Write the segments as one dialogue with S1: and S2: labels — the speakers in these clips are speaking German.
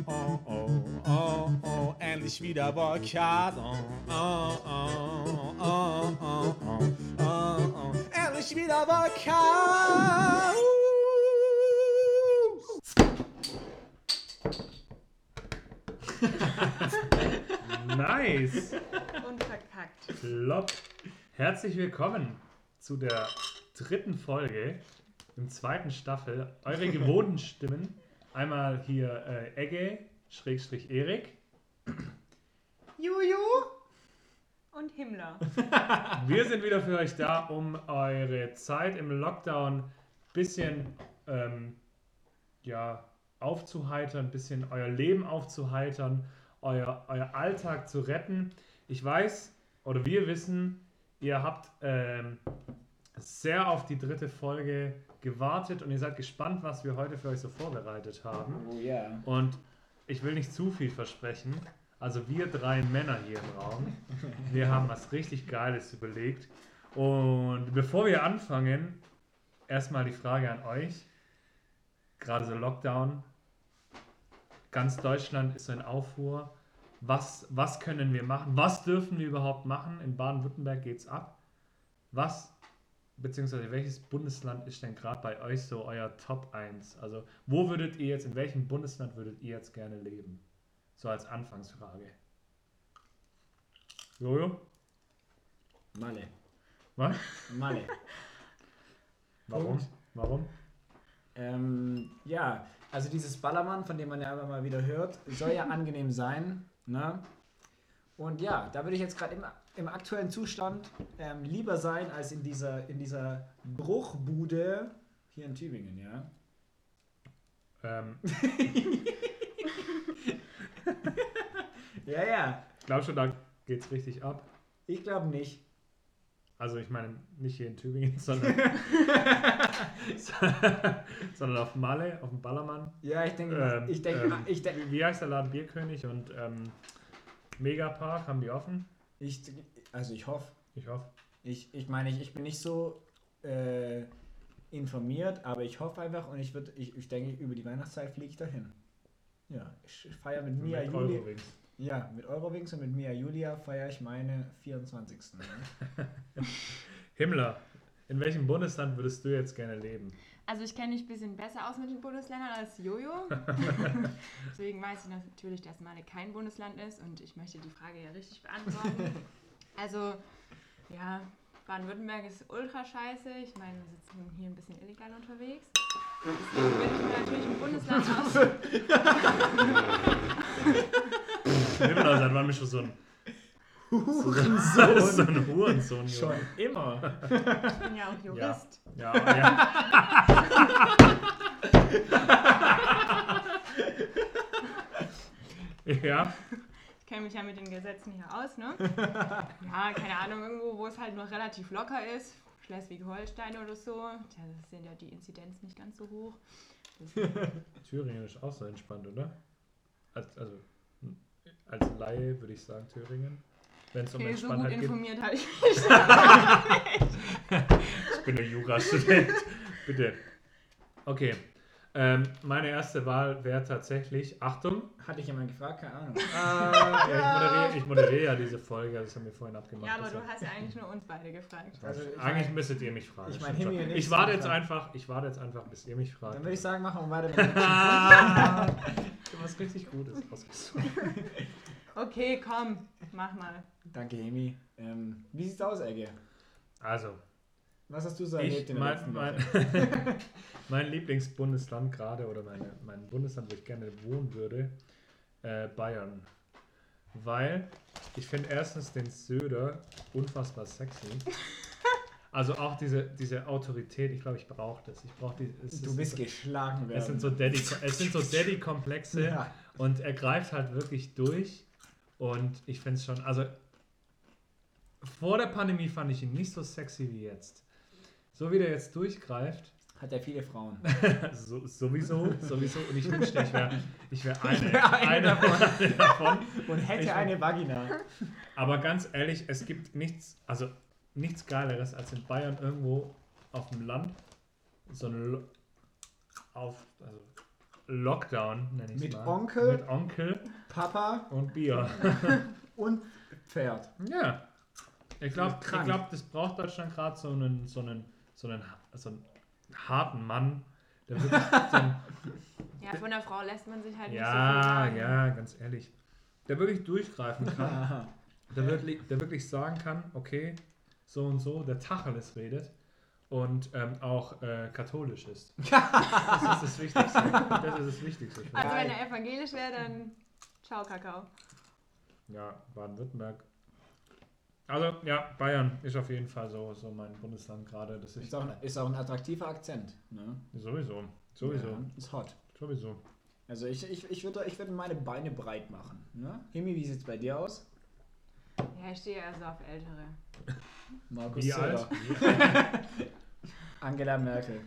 S1: oh, oh, oh, oh, endlich wieder Volcano. Oh, oh, oh, oh, oh, oh, oh, endlich wieder Volcano.
S2: Nice.
S3: Und verkackt.
S2: Flop. Herzlich willkommen zu der 3. Folge im 2. Staffel. Eure gewohnten Stimmen. Einmal hier Egge, / Erik.
S3: Juju und Himmler.
S2: Wir sind wieder für euch da, um eure Zeit im Lockdown ein bisschen aufzuheitern, ein bisschen euer Leben aufzuheitern, euer Alltag zu retten. Ich weiß, oder wir wissen, ihr habt sehr auf die 3. Folge gewartet und ihr seid gespannt, was wir heute für euch so vorbereitet haben.
S4: Oh ja.
S2: Und ich will nicht zu viel versprechen. Also wir 3 Männer hier im Raum, wir haben was richtig Geiles überlegt. Und bevor wir anfangen, erstmal die Frage an euch. Gerade so Lockdown. Ganz Deutschland ist so in Aufruhr. Was können wir machen? Was dürfen wir überhaupt machen? In Baden-Württemberg geht's ab. Beziehungsweise welches Bundesland ist denn gerade bei euch so euer Top 1? Also in welchem Bundesland würdet ihr jetzt gerne leben? So als Anfangsfrage. Jojo?
S4: Malle.
S2: Was?
S4: Malle.
S2: Warum?
S4: Punkt.
S2: Warum?
S4: Ja, also dieses Ballermann, von dem man ja immer mal wieder hört, soll ja angenehm sein. Ne? Und ja, da würde ich jetzt gerade im aktuellen Zustand lieber sein als in dieser Bruchbude hier in Tübingen, ja. Ja.
S2: Ich glaube schon, da geht's richtig ab.
S4: Ich glaube nicht.
S2: Also ich meine nicht hier in Tübingen, sondern auf Malle, auf dem Ballermann.
S4: Ja, ich denke,
S2: wie heißt der Laden? Bierkönig und Megapark, haben die offen?
S4: ich hoffe.
S2: Ich hoffe.
S4: Ich meine, ich bin nicht so informiert, aber ich hoffe einfach und ich denke, über die Weihnachtszeit fliege ich dahin. Ja, ich feiere mit Mia Julia.
S2: Eurowings.
S4: Ja, mit Eurowings und mit Mia Julia feiere ich meine 24. Ne?
S2: Himmler, in welchem Bundesland würdest du jetzt gerne leben?
S3: Also ich kenne mich ein bisschen besser aus mit den Bundesländern als Jojo. Deswegen weiß ich natürlich, dass Malle kein Bundesland ist und ich möchte die Frage ja richtig beantworten. Also, ja, Baden-Württemberg ist ultra scheiße. Ich meine, wir sitzen hier ein bisschen illegal unterwegs. Deswegen will ich mir natürlich ein Bundesland aus.
S2: Himmler, seit wann bist du so ein Hurensohn?
S4: Schon immer.
S3: Ich bin ja auch Jurist.
S2: Ja. Ja.
S3: Ich kenne mich ja mit den Gesetzen hier aus, ne? Ja, keine Ahnung, irgendwo, wo es halt noch relativ locker ist. Schleswig-Holstein oder so. Da sind ja die Inzidenz nicht ganz so hoch.
S2: Thüringen ist auch so entspannt, oder? Als Laie würde ich sagen Thüringen. Wenn es um
S3: Okay, so
S2: Entspanntheit
S3: gut
S2: geht.
S3: informiert habe ich mich.
S2: Ich bin ein Jurastudent. Bitte. Okay. Meine erste Wahl wäre tatsächlich, Achtung.
S4: Hatte ich jemand gefragt? Keine Ahnung.
S2: Ich moderiere ja diese Folge, das haben wir vorhin abgemacht.
S3: Ja, aber du hast ja eigentlich nur uns beide gefragt.
S4: Also,
S2: Eigentlich müsstet ihr mich fragen.
S4: ich meine,
S2: stimmt
S4: Himi
S2: schon.
S4: und
S2: Ich warte jetzt einfach, bis ihr mich fragt.
S4: Dann würde ich sagen, machen wir weiter mit dem
S2: Du hast richtig Gutes ausgesucht.
S3: Okay, komm, mach mal.
S4: Danke, Hemi. Wie sieht's aus, Egge?
S2: Also,
S4: Was hast du so erlebt in der letzten Woche?
S2: mein Lieblingsbundesland gerade, oder mein Bundesland, wo ich gerne wohnen würde, Bayern. Weil ich finde erstens den Söder unfassbar sexy. Also auch diese Autorität, ich glaube, ich brauche das.
S4: Du bist geschlagen werden.
S2: Es sind so Daddy-Komplexe
S4: Ja.
S2: und er greift halt wirklich durch. Und ich finde es schon, also vor der Pandemie fand ich ihn nicht so sexy wie jetzt. So wie der jetzt durchgreift.
S4: Hat er viele Frauen.
S2: Sowieso. Und ich wünschte, ich wäre eine
S4: davon.
S2: davon.
S4: Und hätte eine Vagina.
S2: Aber ganz ehrlich, es gibt nichts Geileres, als in Bayern irgendwo auf dem Land so eine Lockdown, nenne ich es
S4: Mit
S2: mal.
S4: Onkel.
S2: Mit Onkel
S4: Papa
S2: und Bier.
S4: und Pferd.
S2: Ja. Ich glaube,
S4: Krank.
S2: das braucht Deutschland gerade so einen harten Mann, der wirklich so ein,
S3: Ja, von der Frau lässt man sich halt nicht so viel
S2: ja,
S3: sagen.
S2: ja, ganz ehrlich, der wirklich durchgreifen kann, der wirklich sagen kann, okay, so und so, der Tacheles redet und auch katholisch ist. Das ist das Wichtigste. Das ist das Wichtigste. Für mich.
S3: Also wenn er evangelisch wäre, dann ciao Kakao.
S2: Ja, Baden-Württemberg. Also ja, Bayern ist auf jeden Fall so mein Bundesland gerade. Das
S4: Ist auch ein attraktiver Akzent. Ne?
S2: Sowieso.
S4: Ja, ist hot.
S2: Sowieso.
S4: Also ich würde meine Beine breit machen. Ne? Himi, wie sieht es bei dir aus?
S3: Ja, ich stehe eher so auf Ältere.
S4: Markus
S2: Wie
S4: Söder.
S2: alt?
S4: Angela Merkel.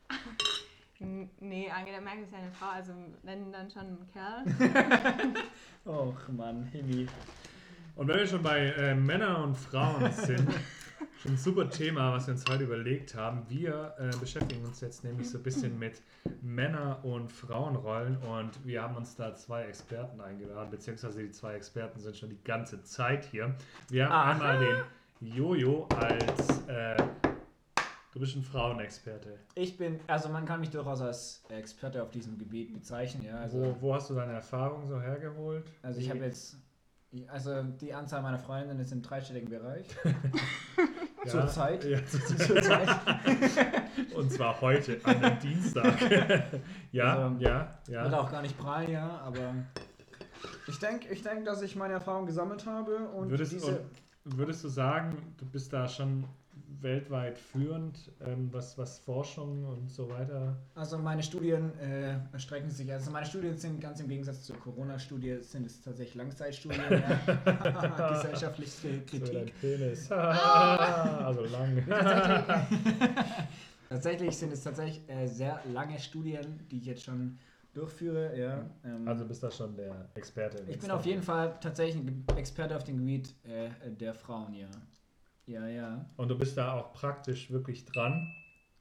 S3: Nee, Angela Merkel ist ja eine Frau, also wenn dann schon ein Kerl.
S4: Och Mann, Himi.
S2: Und wenn wir schon bei Männern und Frauen sind, schon ein super Thema, was wir uns heute überlegt haben. Wir beschäftigen uns jetzt nämlich so ein bisschen mit Männer- und Frauenrollen und wir haben uns da 2 Experten eingeladen, beziehungsweise die 2 Experten sind schon die ganze Zeit hier. Wir haben einmal den Jojo als, du bist ein Frauenexperte.
S4: Also man kann mich durchaus als Experte auf diesem Gebiet bezeichnen, ja. Also,
S2: Wo hast du deine Erfahrung so hergeholt?
S4: also ich habe jetzt, also die Anzahl meiner Freundinnen ist im dreistelligen Bereich.
S2: Ja,
S4: Zurzeit.
S2: Ja,
S4: Zurzeit.
S2: und zwar heute, an dem Dienstag. Ja,
S4: Also,
S2: ja.
S4: Will auch gar nicht prallen, ja, aber ich denk, dass ich meine Erfahrung gesammelt habe und
S2: Würdest du sagen, du bist da schon weltweit führend, was Forschung und so weiter?
S4: Also meine Studien erstrecken sich, also meine Studien sind ganz im Gegensatz zur Corona-Studie, sind es tatsächlich Langzeitstudien, ja. Gesellschaftliche
S2: So dein
S4: Kritik.
S2: Penis. Also lang.
S4: Tatsächlich sind es sehr lange Studien, die ich jetzt schon durchführe. Ja.
S2: Also bist da schon der Experte.
S4: Ich bin auf jeden Fall tatsächlich ein Experte auf dem Gebiet der Frauen, ja. Ja, ja.
S2: Und du bist da auch praktisch wirklich dran.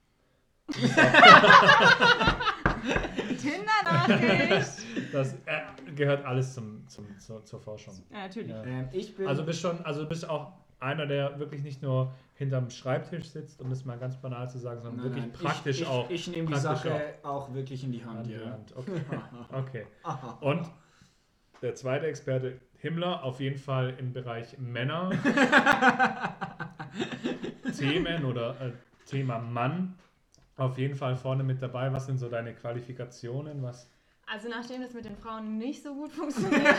S3: Tinder-Nachricht!
S2: Das gehört alles zur Forschung.
S3: Ja, natürlich.
S2: Ja.
S4: Ich bin...
S2: Also du bist auch einer, der wirklich nicht nur hinterm Schreibtisch sitzt, um das mal ganz banal zu sagen, sondern
S4: Nein,
S2: wirklich
S4: nein,
S2: praktisch auch.
S4: Ich nehme die
S2: praktisch
S4: Sache auch wirklich in die Hand,
S2: Hand in
S4: ja.
S2: Hand. Okay. Und der zweite Experte, Himmler, auf jeden Fall im Bereich Männer. Themen oder Thema Mann. Auf jeden Fall vorne mit dabei. Was sind so deine Qualifikationen?
S3: Also nachdem das mit den Frauen nicht so gut funktioniert,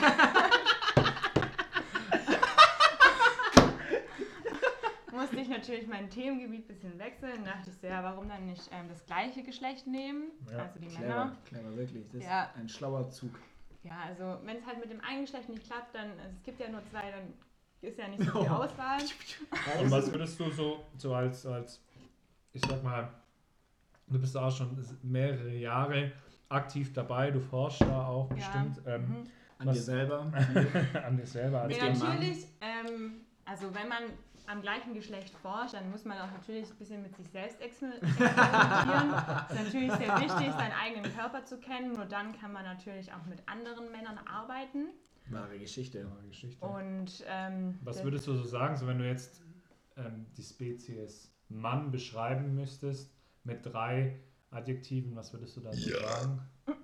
S3: musste ich natürlich mein Themengebiet ein bisschen wechseln. Da dachte ich so, ja, warum dann nicht das gleiche Geschlecht nehmen?
S2: Ja.
S3: Also die Männer.
S4: Clever, wirklich. Das
S3: Ja.
S4: ist ein schlauer Zug.
S3: Ja, also wenn es halt mit dem einen Geschlecht nicht klappt, dann, also es gibt ja nur 2, dann ist ja nicht so viel Auswahl.
S2: Und was würdest du so als, ich sag mal, du bist auch schon mehrere Jahre aktiv dabei, du forschst da auch bestimmt
S3: Mhm.
S4: An dir selber.
S2: an dir selber. Als
S3: Ja,
S4: dem Mann.
S3: natürlich, also wenn man am gleichen Geschlecht forscht, dann muss man auch natürlich ein bisschen mit sich selbst experimentieren. Es ist natürlich sehr wichtig, seinen eigenen Körper zu kennen, nur dann kann man natürlich auch mit anderen Männern arbeiten.
S4: Wahre Geschichte.
S3: Und
S2: Was würdest du so sagen, so wenn du jetzt die Spezies Mann beschreiben müsstest mit 3 Adjektiven, was würdest du da so sagen?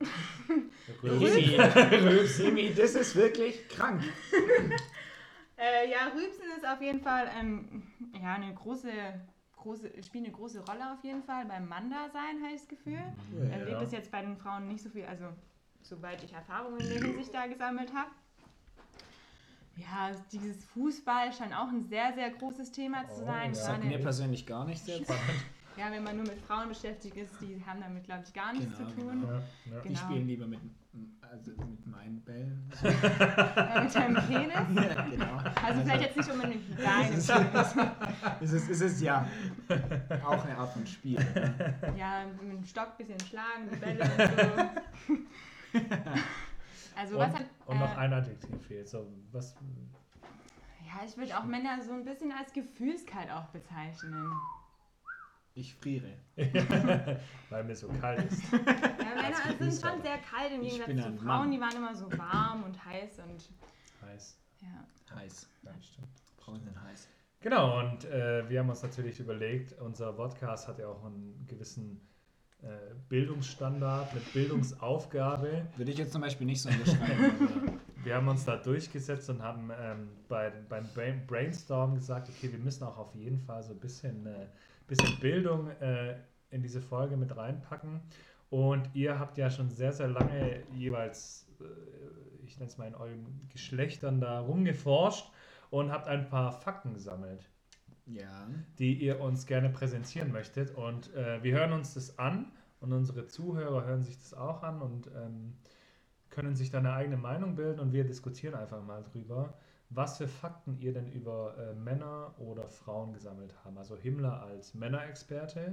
S4: Simi, das ist wirklich krank.
S3: ja, Rübsen ist auf jeden Fall ja, spielt eine große Rolle auf jeden Fall beim Mann-Dasein, habe ich das Gefühl. Erlebt es jetzt bei den Frauen nicht so viel, also soweit ich Erfahrungen in der Hinsicht da gesammelt habe. Ja, dieses Fußball scheint auch ein sehr, sehr großes Thema zu sein.
S2: ja.
S4: Sagt mir persönlich gar nichts jetzt.
S3: Ja, wenn man nur mit Frauen beschäftigt ist, die haben damit, glaube ich, gar nichts
S4: Genau,
S3: zu tun.
S2: Ja.
S4: Die
S3: Genau.
S4: spielen lieber mit meinen Bällen.
S3: Mit deinem Penis.
S4: Ja, genau.
S3: Also vielleicht jetzt nicht unbedingt mit deinem Penis.
S4: Es ist ja auch eine Art von Spiel. Ne?
S3: Ja, mit dem Stock ein bisschen schlagen, die Bälle und so. Also was hat,
S2: Und noch ein Adjektiv fehlt. So, was,
S3: ja, ich würde auch Männer so ein bisschen als gefühlskalt auch bezeichnen.
S4: Ich friere.
S2: Weil mir so kalt ist.
S3: Ja, Männer sind schon sehr kalt im
S4: Ich bin
S3: Gegensatz
S4: ein
S3: zu Frauen,
S4: Mann.
S3: die waren immer so warm und heiß und
S2: Heiß.
S3: ja.
S4: Heiß.
S2: Ja, stimmt.
S4: Frauen sind heiß.
S2: Genau, und wir haben uns natürlich überlegt, unser Podcast hat ja auch einen gewissen Bildungsstandard mit Bildungsaufgabe.
S4: Würde ich jetzt zum Beispiel nicht so unterschreiben.
S2: Wir haben uns da durchgesetzt und haben beim Brainstorm gesagt, okay, wir müssen auch auf jeden Fall so ein bisschen Bildung in diese Folge mit reinpacken. Und ihr habt ja schon sehr, sehr lange jeweils, ich nenne es mal in euren Geschlechtern da rumgeforscht und habt ein paar Fakten gesammelt,
S4: Ja.
S2: die ihr uns gerne präsentieren möchtet. Und wir hören uns das an und unsere Zuhörer hören sich das auch an und können sich da eine eigene Meinung bilden und wir diskutieren einfach mal drüber, was für Fakten ihr denn über Männer oder Frauen gesammelt haben. Also Himmler als Männerexperte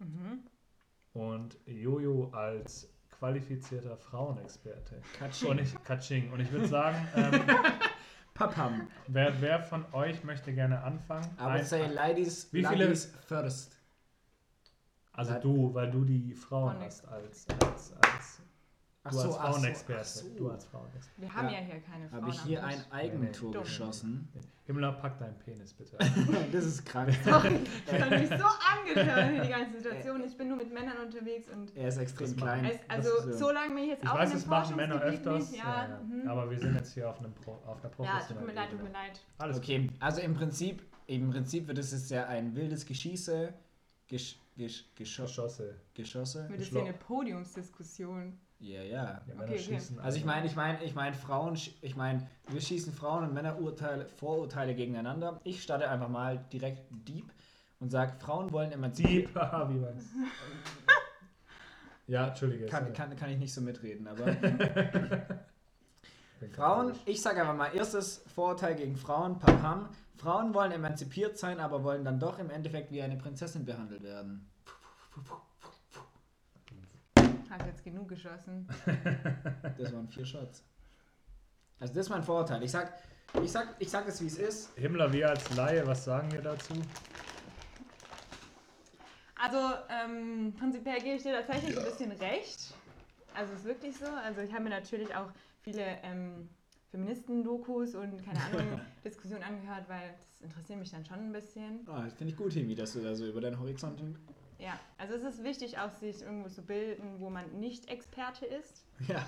S2: und Jojo als qualifizierter Frauenexperte.
S4: Katsching.
S2: Und ich würde sagen,
S4: Papam.
S2: wer von euch möchte gerne anfangen?
S4: Aber say ladies,
S2: Wie viele-
S4: ladies first.
S2: Also du, weil du die Frauen
S3: Frauenex-
S2: hast als
S4: Ach
S2: du
S4: so,
S2: als
S4: ach so,
S2: Frauenexperte.
S4: ach so.
S2: Du als Frauenexperte.
S3: Wir haben
S4: Ja.
S3: ja hier keine Frauen.
S4: Habe ich
S3: am
S4: hier
S3: Tisch.
S4: ein Eigentor
S3: Dumm.
S4: geschossen?
S2: Himmler, pack deinen Penis bitte.
S4: Das ist krank.
S3: Sorry, ich fand mich so angetan in die ganze Situation. Ich bin nur mit Männern unterwegs und
S4: Er ist extrem
S2: Das
S4: klein.
S3: also solange bin ich jetzt
S2: Ich
S3: auch
S2: weiß,
S3: in
S2: das
S3: einem
S2: machen Männer
S3: Forschungsgebiet
S2: öfters,
S3: nicht.
S2: ja,
S3: Ja,
S2: aber wir sind jetzt hier auf einer
S3: ja, tut
S2: professionellen
S3: mir leid, tut
S2: Ebene.
S3: mir leid.
S2: Alles gut.
S4: Okay, also im Prinzip wird es jetzt ja ein wildes Geschieße.
S2: Geschosse.
S4: Geschosse?
S3: Wird jetzt hier eine Podiumsdiskussion.
S4: Ja, ja.
S2: Ja, Männer
S3: Okay.
S2: schießen
S4: Also ich meine Frauen, wir schießen Frauen und Männer Vorurteile gegeneinander. Ich starte einfach mal direkt deep und sage, Frauen wollen emanzipiert.
S2: Dieb, haha, wie man's. Ja, Entschuldige. sorry.
S4: Kann ich nicht so mitreden, aber
S2: Bin
S4: Frauen,
S2: katholisch.
S4: ich sage einfach mal, erstes Vorurteil gegen Frauen, Papam. Frauen wollen emanzipiert sein, aber wollen dann doch im Endeffekt wie eine Prinzessin behandelt werden.
S3: Hast jetzt genug geschossen.
S4: Das waren 4 Shots. Also das ist mein Vorurteil. Ich sag es, wie es ist.
S2: Himmler, wir als Laie, was sagen wir dazu?
S3: Also, prinzipiell gebe ich dir tatsächlich ein bisschen recht. Also, es ist wirklich so. Also, ich habe mir natürlich auch viele Feministen-Dokus und, keine Ahnung, Diskussionen angehört, weil das interessiert mich dann schon ein bisschen.
S4: Ah, das finde ich gut, Himi, dass du da so über deinen Horizont hin...
S3: Ja, also es ist wichtig, auch sich irgendwo zu bilden, wo man nicht Experte ist.
S4: Ja.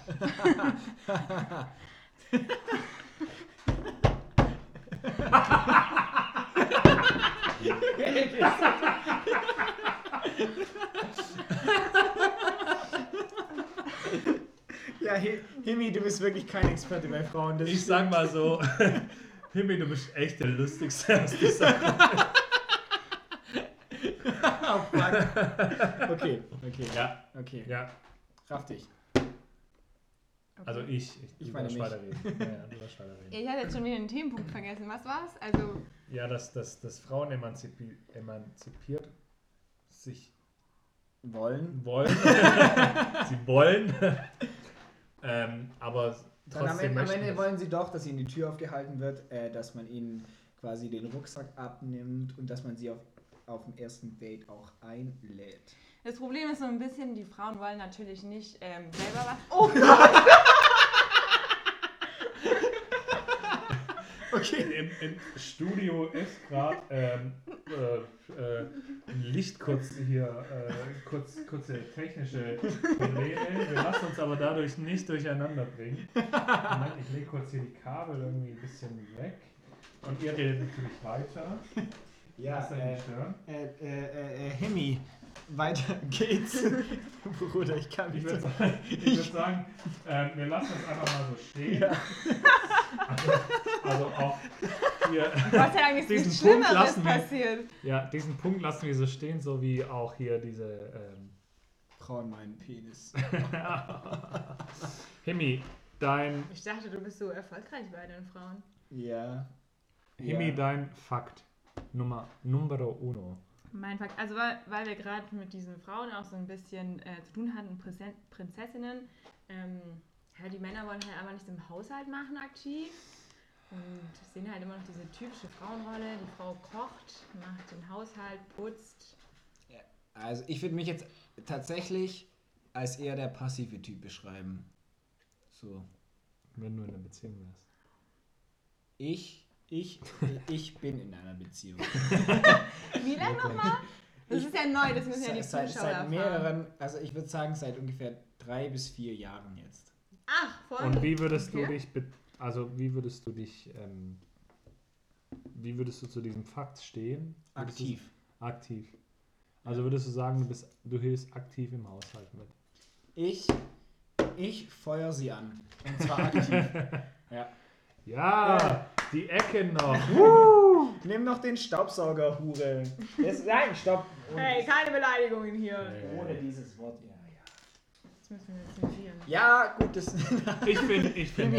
S4: Ja, Himi, du bist wirklich kein Experte bei Frauen. Das
S2: Ich sag mal so, Himmi, du bist echt der Lustigste aus dieser Gruppe.
S4: Oh, fuck. Okay.
S2: Ja,
S4: Okay.
S2: ja.
S4: Raff dich.
S3: Okay.
S2: Also ich
S4: Ich
S2: du
S4: meine
S2: darfst
S4: mich.
S2: weiterreden. Ja, du darfst weiterreden.
S3: Ja, ich habe jetzt schon wieder einen Themenpunkt vergessen. Was war's? Also,
S2: Ja, dass Frauen emanzipiert sich
S4: Wollen.
S2: wollen. Sie wollen. Aber
S4: Dann am
S2: trotzdem
S4: Ende
S2: möchten es.
S4: wollen sie doch, dass ihnen die Tür aufgehalten wird, dass man ihnen quasi den Rucksack abnimmt und dass man sie auf dem ersten Date auch einlädt.
S3: das Problem ist so ein bisschen, die Frauen wollen natürlich nicht selber was. Oh Gott!
S4: Okay.
S2: Im Studio ist gerade ein Licht kurze technische Probleme. Wir lassen uns aber dadurch nicht durcheinander bringen. Moment, ich lege kurz hier die Kabel irgendwie ein bisschen weg. Und ihr redet natürlich weiter.
S4: Ja,
S2: Lass euch nicht stören.
S4: Hemi, weiter geht's. Bruder, ich kann
S2: Ich
S4: nicht.
S2: würde sagen, wir lassen es einfach mal so stehen.
S4: Ja.
S2: Also auch hier.
S3: Gott sei Dank ist
S2: Diesen
S3: nichts
S2: Punkt
S3: Schlimmeres
S2: lassen wir-
S3: passiert.
S2: Ja, diesen Punkt lassen wir so stehen, so wie auch hier diese.
S4: Frauen meinen Penis.
S2: Himi, dein
S3: Ich dachte, du bist so erfolgreich bei den Frauen.
S4: Ja.
S2: Himi,
S4: Ja.
S2: dein Fakt numero uno.
S3: Mein Fakt, also weil wir gerade mit diesen Frauen auch so ein bisschen zu tun hatten, Prinzessinnen, ja, die Männer wollen halt einfach nichts im Haushalt machen aktiv und sehen halt immer noch diese typische Frauenrolle, die Frau kocht, macht den Haushalt, putzt,
S4: Also ich würde mich jetzt tatsächlich als eher der passive Typ beschreiben. So.
S2: Wenn du in einer Beziehung wärst.
S4: Ich bin in einer Beziehung.
S3: Wie lange nochmal? Das ist ja neu, das müssen ja die
S4: Seit
S3: Zuschauer erfahren.
S4: mehreren, also ich würde sagen seit ungefähr 3 bis 4 Jahren jetzt.
S3: Ach, voll.
S2: Und wie würdest
S3: Okay.
S2: du dich, wie würdest du zu diesem Fakt stehen?
S4: Aktiv.
S2: Aktiv. Also würdest du sagen, du hilfst aktiv im Haushalt mit?
S4: Ich feuer sie an. Und zwar aktiv. Ja.
S2: Ja, die Ecke noch.
S4: Nimm noch den Staubsauger, Hure. Nein, stopp.
S3: Hey, keine Beleidigungen hier.
S4: Ohne dieses Wort, ja.
S3: Das müssen wir zensieren.
S4: Ja, gut, das.
S2: Ich finde,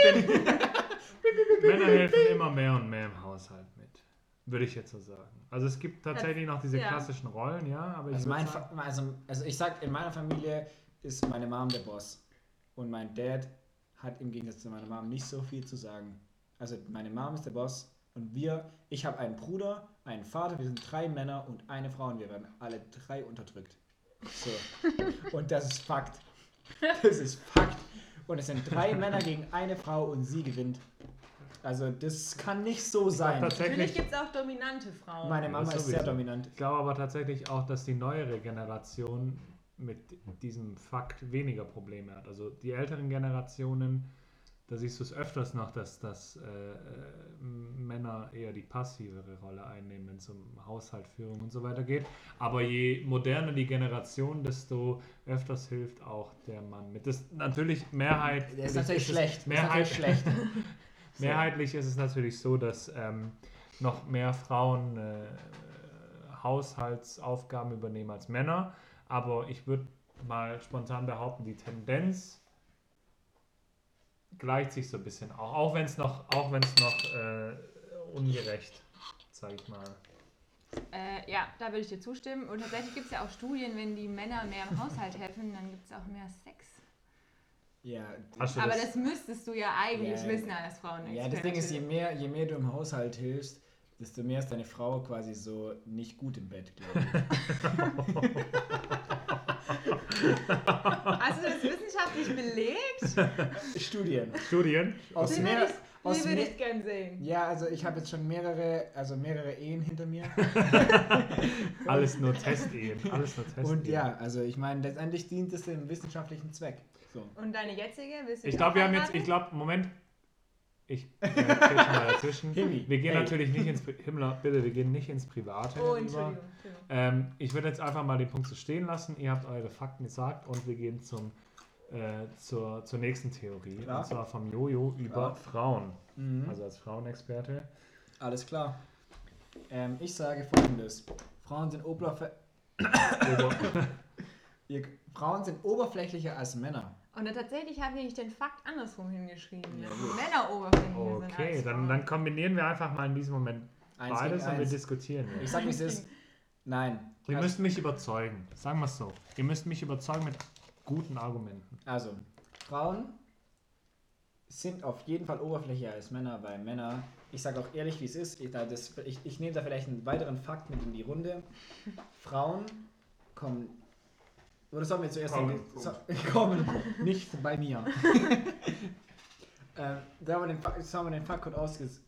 S2: Männer helfen immer mehr und mehr im Haushalt mit. Würde ich jetzt so sagen. Also es gibt tatsächlich noch diese
S3: ja.
S2: klassischen Rollen, ja, aber ich
S4: Also,
S2: würde sagen,
S4: also ich sag, in meiner Familie ist meine Mom der Boss. Und mein Dad hat im Gegensatz zu meiner Mom nicht so viel zu sagen. Also meine Mom ist der Boss und ich habe einen Bruder, einen Vater, wir sind 3 Männer und eine Frau und wir werden alle 3 unterdrückt. So. Und das ist Fakt. Das ist Fakt. Und es sind 3 Männer gegen eine Frau und sie gewinnt. Also das kann nicht so sein.
S3: Natürlich
S2: tatsächlich,
S3: gibt es auch dominante Frauen.
S4: Meine Mama
S2: Das
S4: ist sehr
S2: sowieso.
S4: dominant.
S2: ich glaube aber tatsächlich auch, dass die neuere Generation mit diesem Fakt weniger Probleme hat. Also die älteren Generationen, da siehst du es öfters noch, dass Männer eher die passivere Rolle einnehmen, wenn es um Haushaltführung und so weiter geht. Aber je moderner die Generation, desto öfters hilft auch der Mann mit. Das natürlich Mehrheit.
S4: Der ist natürlich schlecht. So.
S2: Mehrheitlich ist es natürlich so, dass noch mehr Frauen Haushaltsaufgaben übernehmen als Männer. Aber ich würde mal spontan behaupten, die Tendenz gleicht sich so ein bisschen auch. Auch wenn es noch ungerecht, sage ich mal.
S3: Ja, da würde ich dir zustimmen. Und tatsächlich gibt es ja auch Studien, wenn die Männer mehr im Haushalt helfen, dann gibt es auch mehr Sex.
S4: Ja,
S2: Hast du
S3: Aber das müsstest du ja eigentlich
S4: Ja.
S3: wissen als Frauen.
S4: ja, das Ding ist, je mehr du im Haushalt hilfst, desto mehr ist deine Frau quasi so nicht gut im Bett, glaube
S3: Hast du das wissenschaftlich belegt?
S4: ich. Studien.
S2: Studien?
S4: Aus
S3: Die
S4: mehr, aus
S3: würde
S4: mehr,
S3: ich gern sehen.
S4: ja, also ich habe jetzt schon mehrere Ehen hinter mir.
S2: Alles nur Testehen.
S4: Und ja, also ich meine, letztendlich dient es dem wissenschaftlichen Zweck. So.
S3: Und deine jetzige? Willst du
S2: Ich
S3: die
S2: glaube,
S3: auch
S2: wir haben jetzt,
S3: heiraten?
S2: Moment. Ich trete schon mal dazwischen.
S4: Himmi,
S2: Wir gehen
S4: hey.
S2: natürlich nicht ins Himmler, bitte, wir gehen nicht ins Private.
S3: Oh,
S2: über.
S3: Entschuldigung.
S2: Ich würde jetzt einfach mal den Punkt so stehen lassen. Ihr habt eure Fakten gesagt und wir gehen zur nächsten Theorie.
S4: Klar.
S2: Und zwar vom Jojo über
S4: Klar.
S2: Frauen.
S4: Mhm.
S2: Also als Frauenexperte.
S4: Alles klar. Ich sage folgendes. Frauen sind Frauen sind oberflächlicher als Männer.
S3: Und tatsächlich habe ich den Fakt andersrum hingeschrieben.
S4: Ja,
S3: dass
S4: gut.
S3: Männer oberflächlicher sind
S2: Okay,
S3: als Frauen.
S2: dann kombinieren wir einfach mal in diesem Moment
S4: 1
S2: beides
S4: gegen
S2: und wir
S4: 1.
S2: diskutieren.
S4: Ich
S2: Jetzt.
S4: sag, wie es ist. Nein.
S2: Ihr müsst mich überzeugen. Sagen wir es so. Ihr müsst mich überzeugen mit guten Argumenten.
S4: Also, Frauen sind auf jeden Fall oberflächlicher als Männer, weil Männer, ich sage auch ehrlich, wie es ist, ich nehme da vielleicht einen weiteren Fakt mit in die Runde. Frauen kommen, oder sollen wir zuerst kommen, nicht bei mir. Da haben wir den Fakt kurz ausgesucht.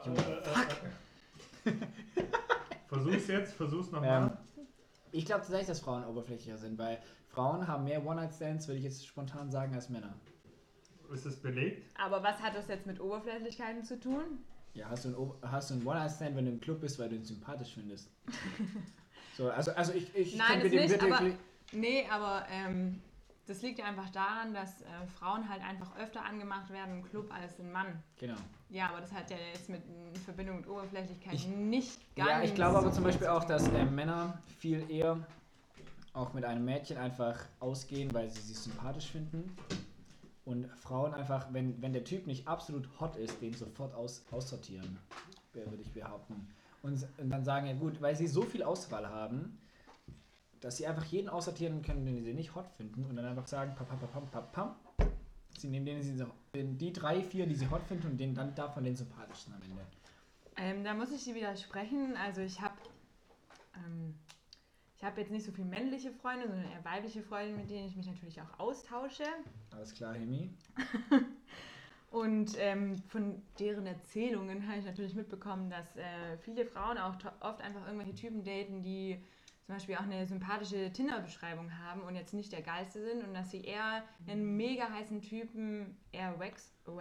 S2: Versuch's nochmal.
S4: Ich glaube tatsächlich, dass Frauen oberflächlicher sind, weil Frauen haben mehr One-Night-Stands, würde ich jetzt spontan sagen, als Männer.
S2: Ist das belegt?
S3: Aber was hat das jetzt mit Oberflächlichkeiten zu tun?
S4: Ja, hast du einen One-Night-Stand, wenn du im Club bist, weil du ihn sympathisch findest? So, also ich
S3: Nein,
S4: kann
S3: das
S4: mit dem
S3: nicht, aber,
S4: wirklich...
S3: nee, aber das liegt ja einfach daran, dass Frauen halt einfach öfter angemacht werden im Club als ein Mann.
S4: Genau.
S3: Ja, aber das hat ja jetzt in Verbindung mit Oberflächlichkeit
S4: Ich-
S3: nicht ganz
S4: Ja, ich glaube aber
S3: so
S4: zum
S3: viel
S4: Beispiel
S3: zu
S4: auch,
S3: tun.
S4: dass Männer viel eher auch mit einem Mädchen einfach ausgehen, weil sie sympathisch finden. Und Frauen einfach, wenn der Typ nicht absolut hot ist, den sofort aussortieren, würde ich behaupten. Und dann sagen, ja gut, weil sie so viel Auswahl haben, dass sie einfach jeden aussortieren können, den sie nicht hot finden und dann einfach sagen, pam. Sie nehmen die 3, 4, die sie hot finden und den dann davon den sympathischsten am Ende.
S3: Da muss ich dir widersprechen. Also ich habe ich habe jetzt nicht so viele männliche Freunde, sondern eher weibliche Freunde, mit denen ich mich natürlich auch austausche.
S4: Alles klar, Hemi.
S3: Und von deren Erzählungen habe ich natürlich mitbekommen, dass viele Frauen auch oft einfach irgendwelche Typen daten, die zum Beispiel auch eine sympathische Tinder-Beschreibung haben und jetzt nicht der Geilste sind und dass sie eher einen mega heißen Typen eher wack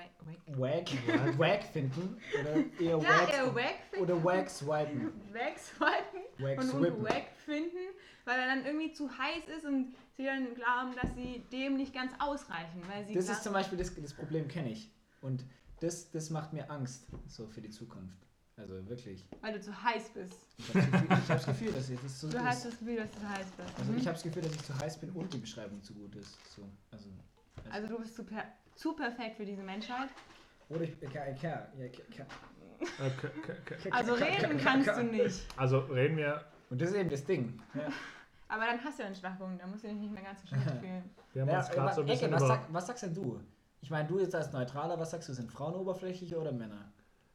S4: finden oder eher
S3: ja,
S4: wack
S3: eher wack finden.
S4: oder wack swipen.
S3: Wack swipen
S4: Wack
S3: und
S4: swipen.
S3: wack finden, weil er dann irgendwie zu heiß ist und sie dann glauben, dass sie dem nicht ganz ausreichen. Weil sie
S4: Das ist zum Beispiel das Problem, kenne ich. Und das macht mir Angst, so für die Zukunft. Also wirklich.
S3: weil du zu heiß bist.
S4: Ich habe das Gefühl, dass ich das so
S3: Du hast
S4: ist.
S3: das Gefühl, dass du zu heiß bist.
S4: Also ich habe das Gefühl, dass ich zu heiß bin und die Beschreibung zu gut ist. So,
S3: Also du bist zu perfekt für diese Menschheit.
S4: oder ich
S3: Also reden kannst du nicht.
S2: Also reden wir,
S4: Und das ist eben das Ding. Ja.
S3: Aber dann hast du ja einen Schwachpunkt, da musst du dich nicht mehr ganz so schlecht fühlen.
S2: wir haben uns gerade so ein
S4: Ecke,
S2: bisschen über...
S4: was sagst denn du? Ich meine, du jetzt als Neutraler, was sagst du, sind Frauen oberflächliche oder Männer?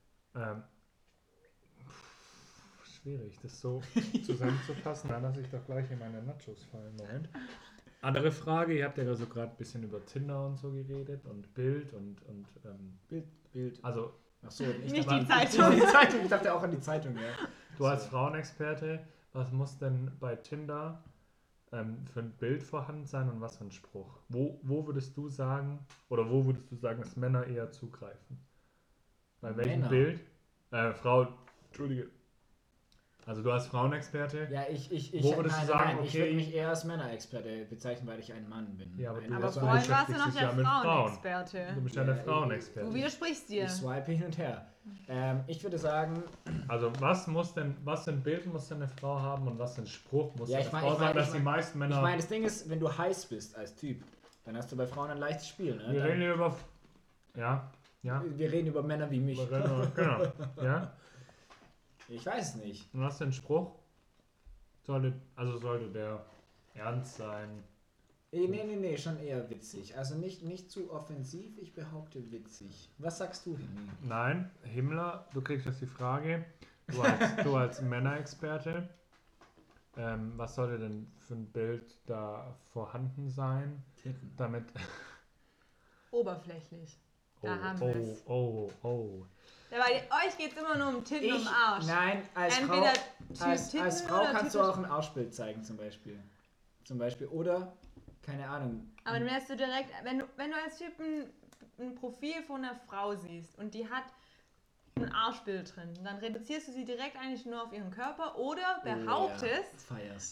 S2: Schwierig, das so zusammenzufassen. Dann lasse ich doch gleich in meine Nachos fallen. Moment. Andere Frage, ihr habt ja so gerade ein bisschen über Tinder und so geredet und Bild und
S4: Bild.
S2: also
S4: Achso,
S3: Nicht
S4: dachte,
S3: die Zeitung.
S4: Die Zeitung. Ich dachte auch an die Zeitung, ja.
S2: du als Frauenexperte, was muss denn bei Tinder für ein Bild vorhanden sein und was für ein Spruch? Wo würdest du sagen, dass Männer eher zugreifen? Bei welchem
S4: Männer?
S2: Bild? Frau, Entschuldige. Also du als Frauenexperte?
S4: Ja, ich
S2: Wo würdest du sagen,
S4: ich
S2: okay,
S4: würde mich eher als Männerexperte bezeichnen, weil ich ein Mann bin.
S2: Ja, aber
S4: Ein-
S2: du
S3: Aber
S2: Also
S3: vorhin warst du
S2: beschäftigst
S3: noch
S2: dich
S3: der
S2: ja mit Frauen.
S3: Frauenexperte.
S2: Du bist ja
S4: Ja,
S2: der
S3: Du
S2: Frauenexperte.
S3: widersprichst dir.
S4: Ich swipe hin und her. Ich würde sagen,
S2: Also was für ein Bild muss denn eine Frau haben und was für ein Spruch muss
S4: Ja,
S2: eine
S4: ich mein-
S2: Frau
S4: ich
S2: sagen,
S4: mein-
S2: dass
S4: ich
S2: die
S4: mein-
S2: meisten Männer...
S4: ich meine, das Ding ist, wenn du heiß bist als Typ, dann hast du bei Frauen ein leichtes Spiel. Ne?
S2: wir
S4: Dann,
S2: reden hier über... Ja,
S4: wir reden über Männer wie mich.
S2: genau. Ja?
S4: Ich weiß es nicht.
S2: Und was für ein Spruch? Sollte der ernst sein?
S4: Nee, schon eher witzig. Also nicht zu offensiv, ich behaupte witzig. Was sagst du, Hemi?
S2: Nein, Himmler, du kriegst jetzt die Frage. Du als Männerexperte. Was sollte denn für ein Bild da vorhanden sein,
S4: Titten.
S2: damit...
S3: Oberflächlich. Da haben wir es.
S2: Oh.
S3: Ja, bei euch geht es immer nur um Titten und um Arsch.
S4: Nein, als
S3: Entweder
S4: Frau, als
S3: Titten
S4: Frau
S3: oder
S4: kannst du
S3: Titten.
S4: auch ein Arschbild zeigen zum Beispiel. Oder, keine Ahnung.
S3: Aber dann wärst du direkt, wenn du als Typ ein Profil von einer Frau siehst und die hat ein Arschbild drin, dann reduzierst du sie direkt eigentlich nur auf ihren Körper oder behauptest,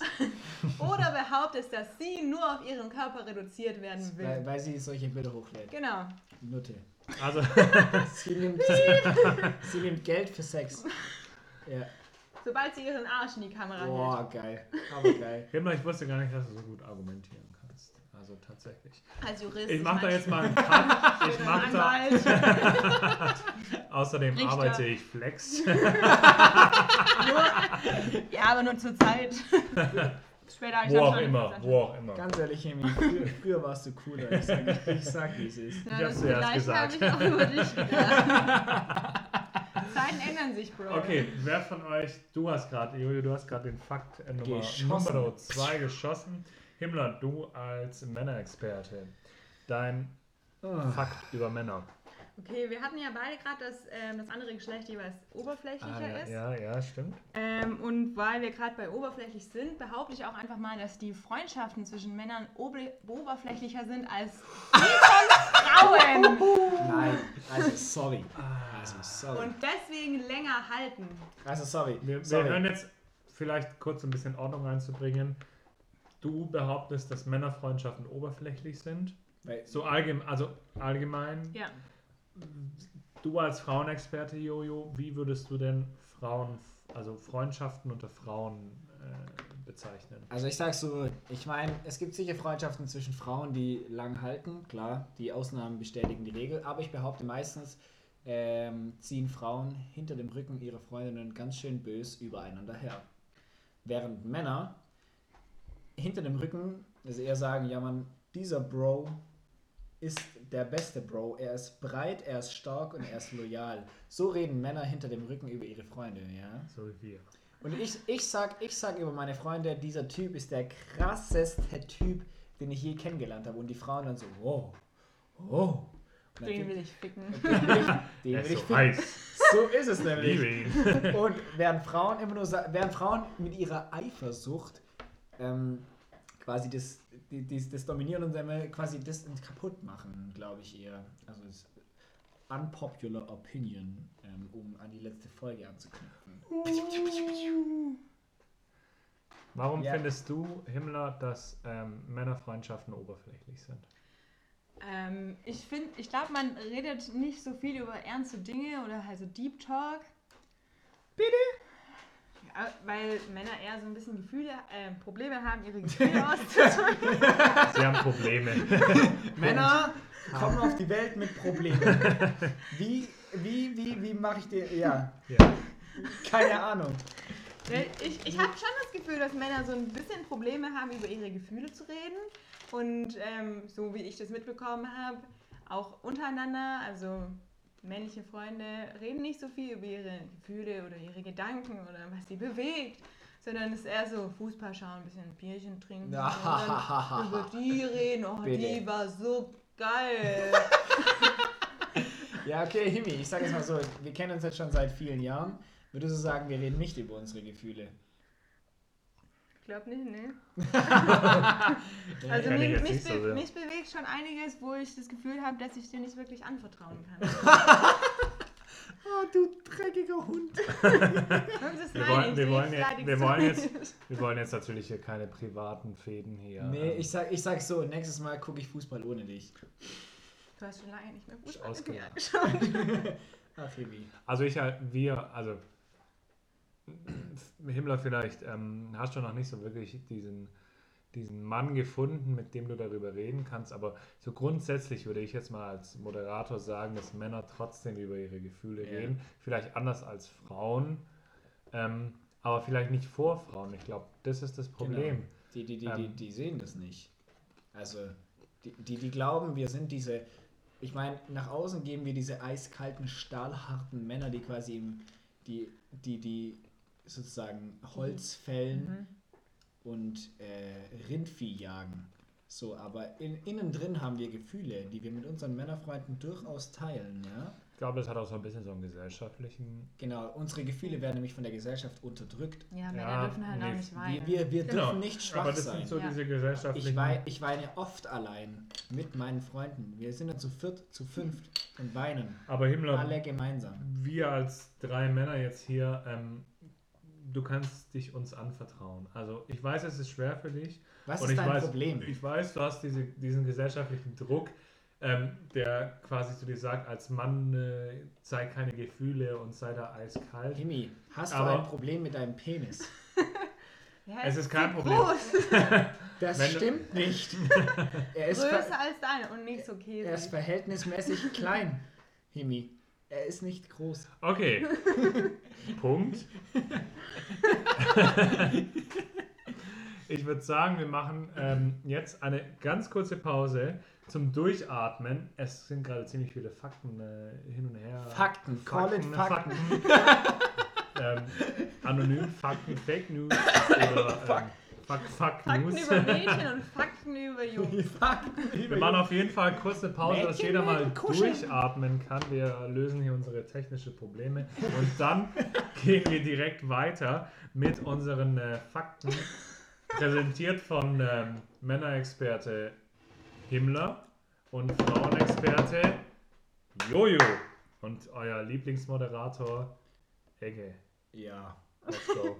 S3: dass sie nur auf ihren Körper reduziert werden will.
S4: Weil sie solche Bilder hochlädt.
S3: Genau.
S4: Nutte.
S2: Also,
S4: Sie nimmt Geld für Sex. Ja.
S3: Sobald sie ihren Arsch in die Kamera hält.
S4: Boah, geil. Aber geil.
S2: Himmler, ich wusste gar nicht, dass du so gut argumentieren kannst. Also tatsächlich.
S3: Als Jurist.
S2: Ich mache da
S3: mein
S2: jetzt mal einen Cut. Ich mache da...
S3: Anwalt.
S2: Außerdem
S3: Richter.
S2: arbeite ich Flex.
S3: Ja, aber nur zur Zeit. Später habe ich
S2: Wo
S3: dann
S2: auch
S3: schon
S2: immer,
S3: gesagt.
S2: wo auch immer.
S4: Ganz ehrlich, Hemi, früher warst du cooler. Ich sag, wie es ist.
S3: Ja,
S2: Ich hab's
S3: das
S2: zuerst
S3: Gleiche
S2: gesagt.
S3: habe ich auch über dich gedacht. Zeiten ändern sich, Bro.
S2: Okay, wer von euch, Jojo, du hast gerade den Fakt
S4: Geschossen.
S2: Nummer 2 geschossen. Himmler, du als Männerexperte. Dein Fakt über Männer.
S3: Okay, wir hatten ja beide gerade, dass das andere Geschlecht jeweils oberflächlicher ist.
S2: Ja, stimmt.
S3: Und weil wir gerade bei oberflächlich sind, behaupte ich auch einfach mal, dass die Freundschaften zwischen Männern oberflächlicher sind als die von Frauen.
S4: Nein, also sorry.
S3: Und deswegen länger halten.
S4: Also sorry.
S2: Wir
S4: sorry.
S2: hören jetzt vielleicht kurz ein bisschen Ordnung reinzubringen. Du behauptest, dass Männerfreundschaften oberflächlich sind.
S4: Weil,
S2: So allgemein.
S3: Ja.
S2: Du als Frauenexperte, Jojo, wie würdest du denn Freundschaften unter Frauen bezeichnen?
S4: Also ich sag so, ich meine, es gibt sicher Freundschaften zwischen Frauen, die lang halten, klar, die Ausnahmen bestätigen die Regel, aber ich behaupte meistens ziehen Frauen hinter dem Rücken ihrer Freundinnen ganz schön bös übereinander her. Während Männer hinter dem Rücken, also eher sagen, ja Mann, dieser Bro ist der beste Bro, er ist breit, er ist stark und er ist loyal. So reden Männer hinter dem Rücken über ihre Freunde, ja.
S2: So wie wir.
S4: Und ich sag über meine Freunde, dieser Typ ist der krasseste Typ, den ich je kennengelernt habe. Und die Frauen dann so, wow, wow. Und
S3: Den will ich ficken.
S4: Den will
S2: Der
S4: ich
S2: ist so
S4: ficken.
S2: heiß.
S4: So ist es nämlich.
S2: Liebe ihn.
S4: Und während Frauen mit ihrer Eifersucht quasi das dominieren und quasi das kaputt machen, glaube ich eher. Also das unpopular opinion, um an die letzte Folge anzuknüpfen.
S2: Warum
S4: Ja.
S2: findest du, Himmler, dass Männerfreundschaften oberflächlich sind?
S3: Ich glaube, man redet nicht so viel über ernste Dinge oder halt so Deep Talk. Bitte? Ja, weil Männer eher so ein bisschen Probleme haben, ihre Gefühle auszudrücken.
S2: Sie haben Probleme.
S4: Männer kommen auf die Welt mit Problemen. Wie mache ich dir... Ja,
S2: Ja.
S4: keine Ahnung.
S3: Ich habe schon das Gefühl, dass Männer so ein bisschen Probleme haben, über ihre Gefühle zu reden. Und so wie ich das mitbekommen habe, auch untereinander, also männliche Freunde reden nicht so viel über ihre Gefühle oder ihre Gedanken oder was sie bewegt, sondern es ist eher so Fußball schauen, ein bisschen Bierchen trinken und dann über die reden, oh,
S4: Bitte.
S3: die war so geil.
S4: Ja, okay, Himi, ich sage jetzt mal so, wir kennen uns jetzt schon seit vielen Jahren. Würdest du sagen, wir reden nicht über unsere Gefühle?
S3: Ich glaube nicht, ne?
S2: Kenn
S3: Also
S2: ich
S3: mich,
S2: jetzt
S3: mich,
S2: nicht so sehr.
S3: mich bewegt schon einiges, wo ich das Gefühl habe, dass ich dir nicht wirklich anvertrauen kann.
S4: Oh, du dreckiger Hund.
S3: Das
S2: Wir wollen jetzt natürlich hier keine privaten Fäden hier.
S4: Nee, ich sag so, nächstes Mal gucke ich Fußball ohne dich.
S3: Du hast schon lange nicht mehr Fußball
S2: Ausgelacht.
S3: angeschaut.
S4: Ach, Himi.
S2: Also Himmler vielleicht, hast du noch nicht so wirklich diesen Mann gefunden, mit dem du darüber reden kannst, aber so grundsätzlich würde ich jetzt mal als Moderator sagen, dass Männer trotzdem über ihre Gefühle
S4: Ja.
S2: reden, vielleicht anders als Frauen, aber vielleicht nicht vor Frauen. Ich glaube, das ist das Problem.
S4: Genau. Die sehen das nicht. Also, die glauben, wir sind diese... Ich meine, nach außen geben wir diese eiskalten, stahlharten Männer, die quasi die sozusagen Holz fällen und Rindvieh jagen. So, aber innen drin haben wir Gefühle, die wir mit unseren Männerfreunden durchaus teilen, ja?
S2: Ich glaube, das hat auch so ein bisschen so einen gesellschaftlichen...
S4: Genau, unsere Gefühle werden nämlich von der Gesellschaft unterdrückt.
S3: Ja, Männer
S2: Ja,
S3: dürfen halt auch
S2: nee,
S3: nicht weinen.
S4: Wir
S2: Genau,
S4: dürfen nicht schwach
S2: aber das
S4: sein.
S2: sind so
S3: Ja.
S2: diese gesellschaftlichen...
S4: Ich weine oft allein mit meinen Freunden. Wir sind dann zu viert, zu fünft und weinen.
S2: Aber Himmler,
S4: Alle gemeinsam.
S2: wir als 3 Männer jetzt hier, du kannst dich uns anvertrauen. Also ich weiß, es ist schwer für dich.
S4: Was
S2: Und
S4: ist
S2: ich
S4: dein
S2: weiß,
S4: Problem?
S2: Ich weiß, du hast diesen gesellschaftlichen Druck, der quasi zu dir sagt, als Mann zeig keine Gefühle und sei da eiskalt.
S4: Himi, hast
S2: Aber-
S4: du ein Problem mit deinem Penis?
S3: Ja,
S2: Es ist kein
S3: zu
S2: Problem.
S3: groß.
S4: Das
S2: Wenn du-
S4: stimmt nicht. Er ist,
S3: Größer als deine und nicht so käsig.
S4: er ist verhältnismäßig klein, Himi. Er ist nicht groß.
S2: Okay. Punkt. Ich würde sagen, wir machen jetzt eine ganz kurze Pause zum Durchatmen. Es sind gerade ziemlich viele Fakten hin und her.
S4: Fakten, call it Fakten.
S2: Anonym, Fakten, Fake News oder Fuck
S3: Fakten
S2: News.
S3: über Mädchen und Fakten über Jungs.
S2: Wir machen auf jeden Fall kurz eine Pause, dass
S4: Mädchen
S2: jeder mal
S4: will kuscheln.
S2: durchatmen kann. Wir lösen hier unsere technischen Probleme und dann gehen wir direkt weiter mit unseren Fakten, präsentiert von Männerexperte Himmler und Frauenexperte Jojo und euer Lieblingsmoderator Egge.
S4: Ja.
S2: Let's go.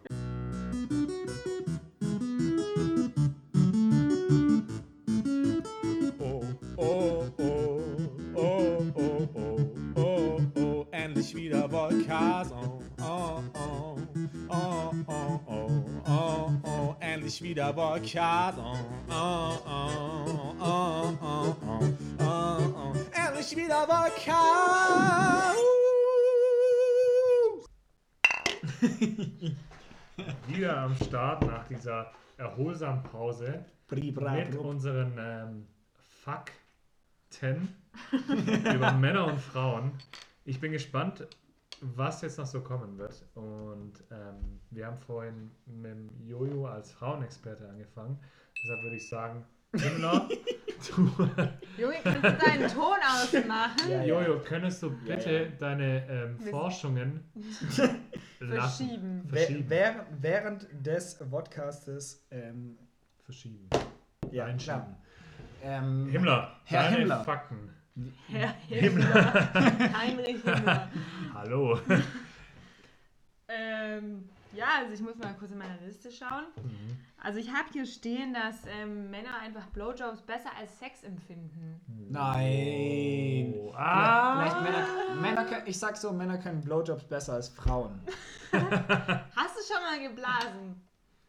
S1: Oh, oh, oh, oh, oh, oh, oh, oh, endlich wieder Volkason. Oh, oh, oh, oh, oh, oh, oh, endlich wieder Volkason. Oh, oh, oh, oh, oh, oh, oh, endlich wieder Volkason.
S2: Wieder am Start nach dieser erholsamen Pause mit unseren Fakten über Männer und Frauen. Ich bin gespannt, was jetzt noch so kommen wird. Und wir haben vorhin mit dem Jojo als Frauenexperte angefangen. Deshalb würde ich sagen, Himmler, du,
S3: Junge, kannst du deinen Ton ausmachen?
S4: Ja.
S2: Jojo, könntest du
S4: Ja,
S2: bitte
S4: ja.
S2: deine Forschungen
S3: Verschieben.
S4: Während des Podcastes
S2: Verschieben.
S4: ja,
S2: Einschieben.
S4: klar.
S2: Himmler,
S4: Herr
S2: deine
S4: Himmler.
S2: Fakten.
S3: Herr Himmler. Heinrich Himmler.
S2: Hallo.
S3: Ja, also ich muss mal kurz in meiner Liste schauen. Also ich habe hier stehen, dass Männer einfach Blowjobs besser als Sex empfinden.
S4: Nein.
S2: Oh.
S4: Vielleicht Männer können, ich sag so, Männer können Blowjobs besser als Frauen.
S3: Hast du schon mal geblasen?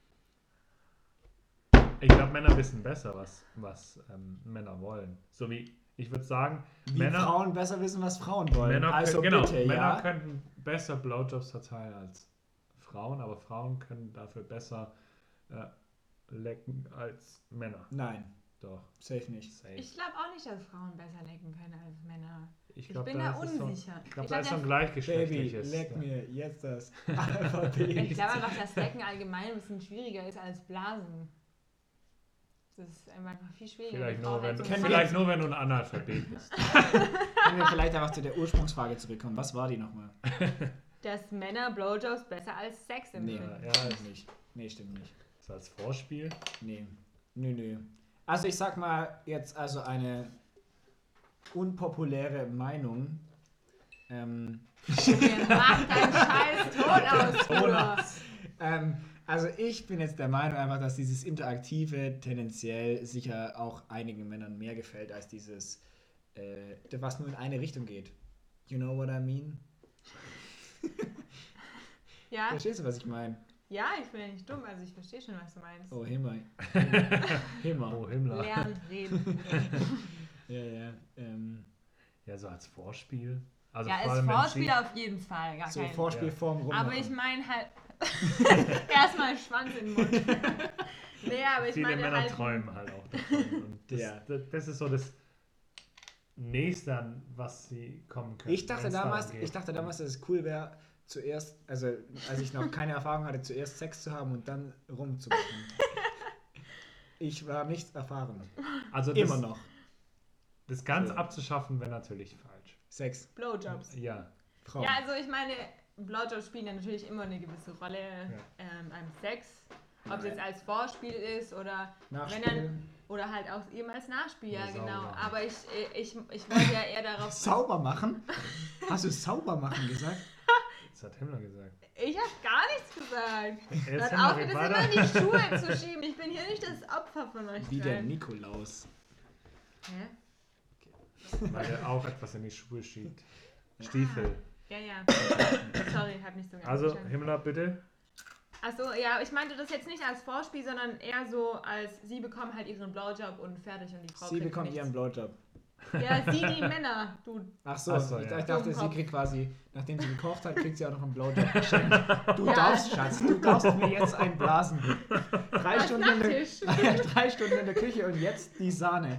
S2: Ich glaube, Männer wissen besser, was Männer wollen. So wie, ich würde sagen,
S4: Wie
S2: Männer,
S4: Frauen besser wissen, was Frauen wollen.
S2: Männer,
S4: also
S2: können, genau,
S4: bitte,
S2: Männer
S4: ja.
S2: könnten besser Blowjobs verteilen als Frauen, aber Frauen können dafür besser lecken als Männer.
S4: Nein,
S2: Doch,
S4: safe nicht.
S2: safe.
S3: Ich glaube auch nicht, dass Frauen besser lecken können als Männer. Ich
S2: glaub,
S3: bin da
S2: ist so,
S3: unsicher.
S2: ich glaube,
S3: Ich
S2: da ist so ein
S3: glaub,
S4: Baby,
S2: gleichgeschlechtliches.
S4: leck mir jetzt das Alphabet.
S3: Ich glaube einfach, dass Lecken allgemein ein bisschen schwieriger ist als Blasen. Das ist einfach viel schwieriger.
S2: Vielleicht
S3: Die
S2: nur,
S3: Frau
S2: wenn,
S3: hat so
S2: du,
S3: einen
S2: vielleicht nur, wenn du ein Analphabet bist.
S4: Können wir vielleicht einfach zu der Ursprungsfrage zurückkommen. Was war die nochmal?
S3: dass Männer Blowjobs besser als Sex
S4: Nee,
S3: empfinden.
S4: stimmt nicht. Nee, stimmt nicht.
S2: Das als Vorspiel.
S4: Nee. Nö. Also ich sag mal jetzt also eine unpopuläre Meinung.
S3: Mach deinen scheiß Ton aus, Bruder.
S4: Also ich bin jetzt der Meinung einfach, dass dieses Interaktive tendenziell sicher auch einigen Männern mehr gefällt als dieses, was nur in eine Richtung geht. You know what I mean?
S3: Ja,
S4: Verstehst du, was ich meine?
S3: ja, ich bin ja nicht dumm, also ich verstehe schon, was du meinst.
S4: Oh, Himmel. Himmel.
S2: Oh, Himmler.
S3: Lernen, reden.
S4: Ja.
S2: Ja, so als Vorspiel. Also
S3: Ja,
S2: vor
S3: ist
S2: allem, wenn
S3: Vorspiel
S2: sie-
S3: auf jeden Fall, gar
S4: So
S3: kein.
S4: Vorspielform rum.
S3: Aber ich meine halt erstmal Schwanz in den Mund. Nee, aber ich
S2: Viele
S3: meine
S2: Männer
S3: halt.
S2: träumen halt auch davon. Und das,
S4: Ja.
S2: das ist so das Nächste, an was sie kommen können.
S4: Ich dachte damals, dass es cool wäre, zuerst, also als ich noch keine Erfahrung hatte, zuerst Sex zu haben und dann rumzumachen. Ich war nicht erfahren.
S2: Also
S4: Immer noch.
S2: Das ganz
S4: So.
S2: abzuschaffen wäre natürlich falsch.
S4: Sex.
S3: Blowjobs.
S2: Ja.
S4: Frauen.
S3: Ja, also ich meine, Blowjobs spielen ja natürlich immer eine gewisse Rolle beim Sex. Ob es
S4: Nein.
S3: jetzt als Vorspiel ist oder
S4: Nachspielen.
S3: oder halt auch eben als Nachspiel, ja
S2: Oder sauber
S3: genau.
S2: machen.
S3: Aber ich wollte ja eher darauf.
S4: Sauber machen? Hast du sauber machen gesagt?
S2: Das hat Himmler gesagt.
S3: Ich habe gar nichts gesagt.
S2: Jetzt
S3: Hört auf, mir das immer in die Schuhe zu schieben. Ich bin hier nicht das Opfer von euch.
S4: Wie der
S3: dreien.
S4: Nikolaus.
S3: Hä?
S2: Weil er auch etwas in die Schuhe schiebt. Stiefel.
S3: Ja. Sorry, hab nicht so ganz
S2: Also,
S3: verstanden.
S2: Himmler, bitte.
S3: Achso, ja, ich meinte das jetzt nicht als Vorspiel, sondern eher so als sie bekommen halt ihren Blowjob und fertig und die Frau
S4: Sie
S3: kriegt
S4: bekommt
S3: nichts.
S4: ihren Blowjob.
S3: Ja, sie, die Männer, du.
S4: Ach so,
S2: Ach so,
S4: ich
S2: ja.
S4: dachte, sie
S3: Dummkopf.
S4: kriegt quasi, nachdem sie gekocht hat, kriegt sie auch noch einen Blowjob geschenkt. Du
S3: Ja.
S4: darfst, Schatz, du darfst mir jetzt einen blasen. 3 Stunden,
S3: Nachtisch.
S4: 3 Stunden in der Küche und jetzt die Sahne.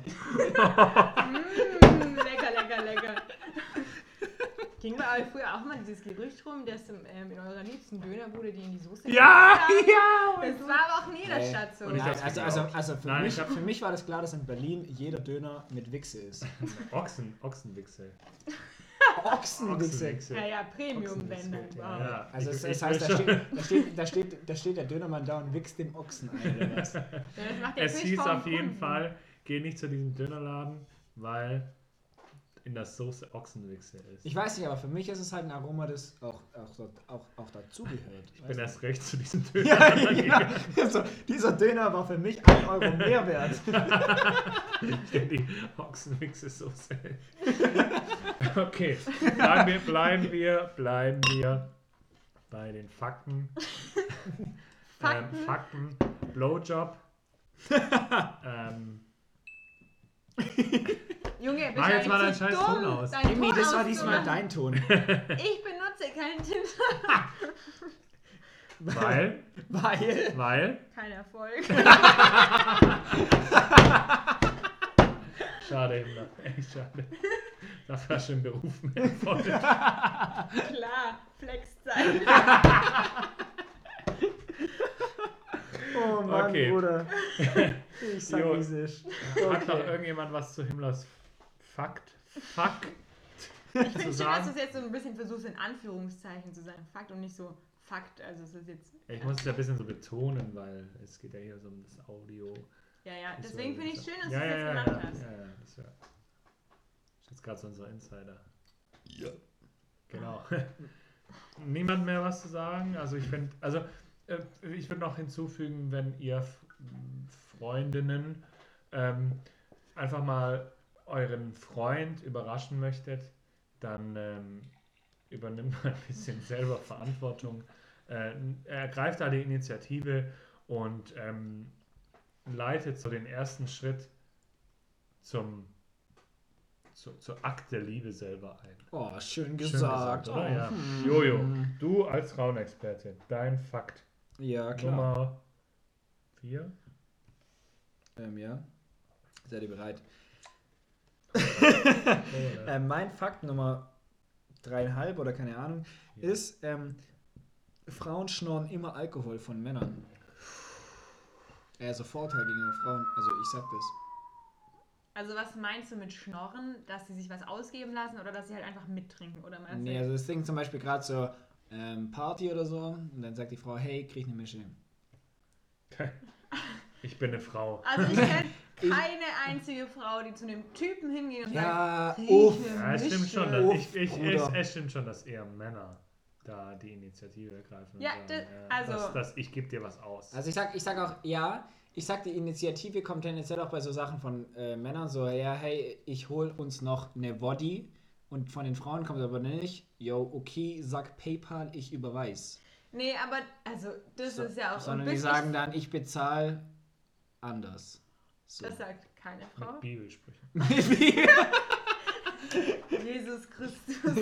S3: Lecker. Ging bei euch früher auch mal dieses Gerücht rum, dass in eurer liebsten Dönerbude, die in die Soße
S2: Ja!
S3: Das war aber auch nie in der Stadt so.
S2: Und ich
S4: Nein,
S2: hab's
S4: also
S2: geglaubt.
S4: für,
S2: Nein,
S4: mich,
S2: ich hab-
S4: für mich war das klar, dass in Berlin jeder Döner mit Wichse ist.
S2: Ochsenwichse.
S4: Ochsenwichse.
S3: Ja, Premium, wenn dann
S4: gut,
S3: überhaupt.
S2: Ja.
S4: Also
S2: Ich-
S4: das
S2: ich
S4: heißt,
S2: will
S4: da steht der Dönermann da und wichst dem Ochsen ein, oder was?
S3: Ja, das macht der
S2: Es
S3: Fisch
S2: hieß
S3: vom
S2: auf jeden
S3: Kunden.
S2: Fall, geh nicht zu diesem Dönerladen, weil in der Soße Ochsenwichse ist.
S4: Ich weiß nicht, aber für mich ist es halt ein Aroma, das auch dazugehört.
S2: Ich bin erst recht zu diesem
S4: Ja,
S2: Dönerladen
S4: ja. Also, dieser Döner war für mich 1 Euro mehr wert.
S2: in die Ochsenwichse-Soße. Okay, bleiben wir bei den Fakten. Fakten. Blowjob.
S3: Junge, bist
S2: Mach
S3: du
S2: jetzt mal
S3: eigentlich
S2: deinen
S3: zu
S2: scheiß
S3: dumm,
S2: Ton aus.
S3: deinen
S4: Emi,
S3: Ton
S4: das war diesmal
S3: auszumachen?
S4: dein Ton.
S3: Ich benutze keinen Tinder.
S2: Weil.
S3: Kein Erfolg.
S2: Schade, Himmler. Echt schade. Dafür hast du einen Beruf mehr.
S3: Klar. sein.
S4: Oh Mann,
S2: Okay.
S4: Bruder. Ich sag,
S2: Jo.
S4: wie es ist.
S2: Hat noch irgendjemand was zu Himmlers Fakt
S3: Ich
S2: zu
S3: finde schön, dass
S2: sagen?
S3: du es jetzt so ein bisschen versuchst, in Anführungszeichen zu sagen. Fakt und nicht so Fakt. Also es ist jetzt...
S2: Ich muss es ja ein bisschen so betonen, weil es geht ja hier so um das Audio.
S3: Ja, deswegen finde ich es schön, dass
S2: ja,
S3: du es
S2: ja,
S3: jetzt
S2: ja,
S3: genannt
S2: ja,
S3: hast.
S2: ja, ja, das ist jetzt gerade so unser Insider. Ja. Genau. Niemand mehr was zu sagen? Also ich finde, ich würde noch hinzufügen, wenn ihr Freundinnen einfach mal euren Freund überraschen möchtet, dann übernimmt mal ein bisschen selber Verantwortung. Ergreift da die Initiative und leitet so den ersten Schritt zur Akt der Liebe selber ein.
S4: Oh, schön
S2: Schön
S4: gesagt.
S2: oder?
S4: Oh,
S2: Ja. Jojo, du als Frauenexperte, dein Fakt
S4: Ja, klar.
S2: Nummer 4.
S4: Ja. Seid ihr bereit?
S2: Ja.
S4: Mein Fakt Nummer 3,5 oder keine Ahnung ist, Frauen schnorren immer Alkohol von Männern. Also Vorteil gegenüber Frauen. Also ich sag das.
S3: Also was meinst du mit Schnorren? Dass sie sich was ausgeben lassen oder dass sie halt einfach mittrinken? Oder meinst
S4: Nee,
S3: du...
S4: also das Ding zum Beispiel gerade so Party oder so und dann sagt die Frau, hey, krieg eine Mische.
S2: Ich bin eine Frau.
S3: Also ich kenne keine einzige Frau, die zu einem Typen hingeht und
S4: Ja,
S3: sagt,
S4: uff.
S2: Ja, es stimmt schon,
S4: Uff, Bruder.
S2: es stimmt schon, dass eher Männer da die Initiative ergreifen.
S3: Ja,
S2: und sagen,
S3: also-
S2: ich gebe dir was aus.
S4: Also ich sag auch, ja, ich sag, die Initiative kommt tendenziell auch bei so Sachen von Männern so, ja, hey, ich hol uns noch eine Woddy und von den Frauen kommt aber nicht, yo, okay, sag PayPal, ich überweis.
S3: Nee, aber also das ist ja auch...
S4: Sondern
S3: und
S4: die
S3: bis
S4: sagen dann, ich bezahle anders. So.
S3: Das sagt keine Frau.
S2: Mit Bibelsprüchen.
S3: Jesus Christus.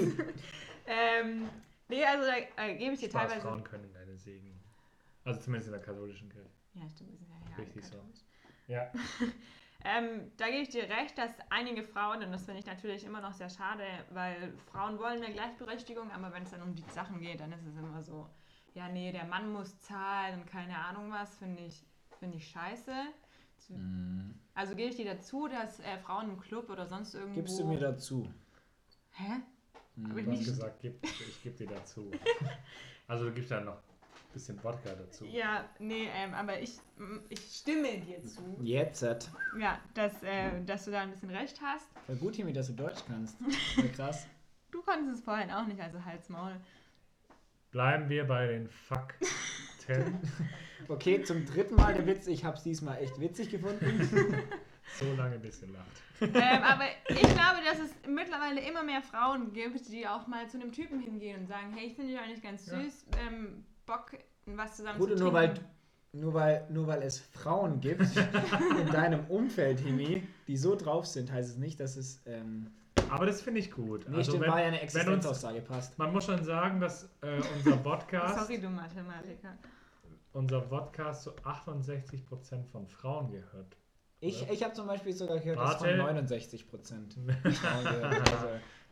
S3: Nee, also da gebe ich dir
S2: Spaß,
S3: teilweise...
S2: Frauen können keine Segen. Also zumindest in der katholischen Kirche.
S3: Ja, stimmt, wir sind ja
S2: Richtig so.
S3: katholisch.
S2: Ja.
S3: Da gebe ich dir recht, dass einige Frauen, und das finde ich natürlich immer noch sehr schade, weil Frauen wollen mehr Gleichberechtigung, aber wenn es dann um die Sachen geht, dann ist es immer so, ja nee, der Mann muss zahlen und keine Ahnung was, finde ich scheiße. Also gebe ich dir dazu, dass Frauen im Club oder sonst irgendwo...
S4: Gibst du mir dazu?
S3: Hä? Hab ich
S2: Du hast
S3: nicht...
S2: gesagt, ich gebe dir dazu. Also du gibst da noch ein bisschen Wodka dazu.
S3: Ja, nee, aber ich stimme dir zu.
S4: Jetzt.
S3: Ja, dass du da ein bisschen recht hast.
S4: Voll gut, Timmy, dass du Deutsch kannst. Voll krass.
S3: Du konntest es vorhin auch nicht, also halt's Maul.
S2: Bleiben wir bei den Fakten.
S4: Okay, zum dritten Mal der Witz. Ich hab's diesmal echt witzig gefunden.
S2: So lange, bis ihr lacht.
S3: Aber ich glaube, dass es mittlerweile immer mehr Frauen gibt, die auch mal zu einem Typen hingehen und sagen, hey, ich finde dich eigentlich ganz süß, Bock, was zusammen
S4: Gut,
S3: zu
S4: und
S3: trinken.
S4: nur weil es Frauen gibt in deinem Umfeld, Timmy, die so drauf sind, heißt es nicht, dass es
S2: Aber das finde ich gut.
S4: nicht
S2: Also
S4: in
S2: wenn,
S4: Wahrheit eine
S2: wenn uns,
S4: Existenzaussage passt.
S2: man muss schon sagen, dass unser Podcast
S3: Sorry, du Mathematiker.
S2: zu 68% von Frauen gehört.
S4: Ich habe zum Beispiel sogar gehört, dass
S2: Warte.
S4: von 69% Frauen gehört. Also,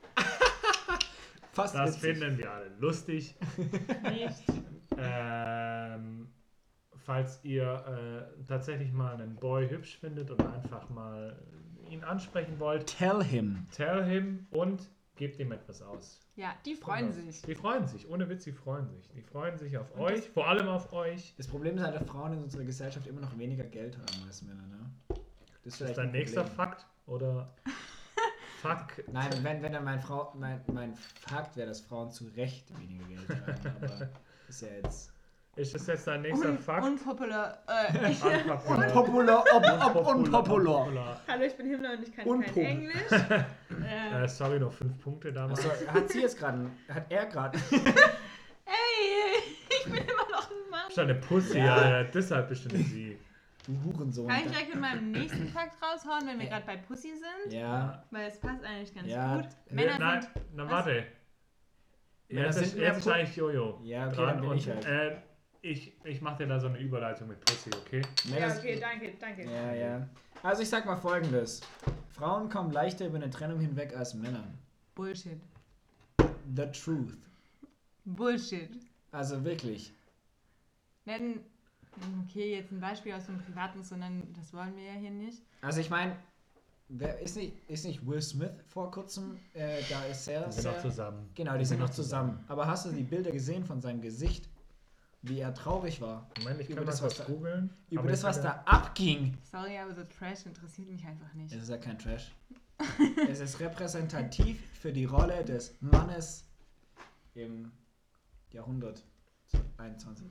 S4: fast
S2: Das
S4: witzig.
S2: finden wir alle lustig.
S3: Nicht.
S2: Falls ihr tatsächlich mal einen Boy hübsch findet und einfach mal ihn ansprechen wollt,
S4: Tell him.
S2: tell him und gebt ihm etwas aus.
S3: Ja, die freuen sich.
S2: Die freuen sich, ohne Witz, die freuen sich. Die freuen sich auf
S3: Und
S2: euch, vor allem auf euch.
S4: Das Problem ist halt, dass Frauen in unserer Gesellschaft immer noch weniger Geld haben als Männer, ne? Das
S2: Ist das dein nächster Fakt? Oder Fuck?
S4: Nein, wenn dann mein Fakt wäre, dass Frauen zu Recht weniger Geld haben, aber ist ja jetzt...
S2: Ist das jetzt dein nächster Fakt?
S3: Unpopular.
S4: Unpopular, unpopular.
S3: Hallo, ich bin Himmler und ich kann
S4: Unpop.
S3: kein Englisch.
S2: Sorry, noch 5 Punkte damals.
S4: Hat er gerade...
S3: Ey, ich bin immer noch ein Mann.
S2: Bist du eine Pussy?
S4: Ja.
S2: Ja, deshalb bestimmt sie.
S4: Du Hurensohn.
S3: Kann ich direkt mit meinem nächsten Fakt raushauen, wenn wir gerade bei Pussy sind?
S4: Ja,
S3: Weil es passt eigentlich ganz
S4: Ja,
S3: gut. Männer
S2: Nein,
S3: sind...
S2: na
S3: Was?
S2: warte.
S4: Männer
S2: Jetzt ist,
S4: sind mehr
S2: jetzt ist eigentlich Jojo
S4: Ja, okay,
S2: dran
S4: dann bin
S2: und
S4: ich halt.
S2: ich mache dir da so eine Überleitung mit Pussy, okay?
S3: Ja, okay, danke.
S4: Ja. Also ich sag mal Folgendes. Frauen kommen leichter über eine Trennung hinweg als Männer.
S3: Bullshit.
S4: The truth.
S3: Bullshit.
S4: Also wirklich.
S3: Nennen, okay, jetzt ein Beispiel aus dem Privaten, sondern das wollen wir ja hier nicht.
S4: Also ich meine, ist nicht Will Smith vor kurzem, da ist sehr,
S2: Die sind
S4: sehr...
S2: noch zusammen.
S4: Genau, die sind noch zusammen. Aber hast du die Bilder gesehen von seinem Gesicht, wie er traurig war?
S2: Moment, ich
S4: Über
S2: kann mal
S4: das,
S2: kurz
S4: was da-
S2: googeln.
S4: Über
S2: aber
S4: das,
S2: ich
S4: was
S2: kann
S4: da abging.
S3: Sorry, aber so Trash interessiert mich einfach nicht.
S4: Es ist ja kein Trash. Es ist repräsentativ für die Rolle des Mannes im Jahrhundert 21.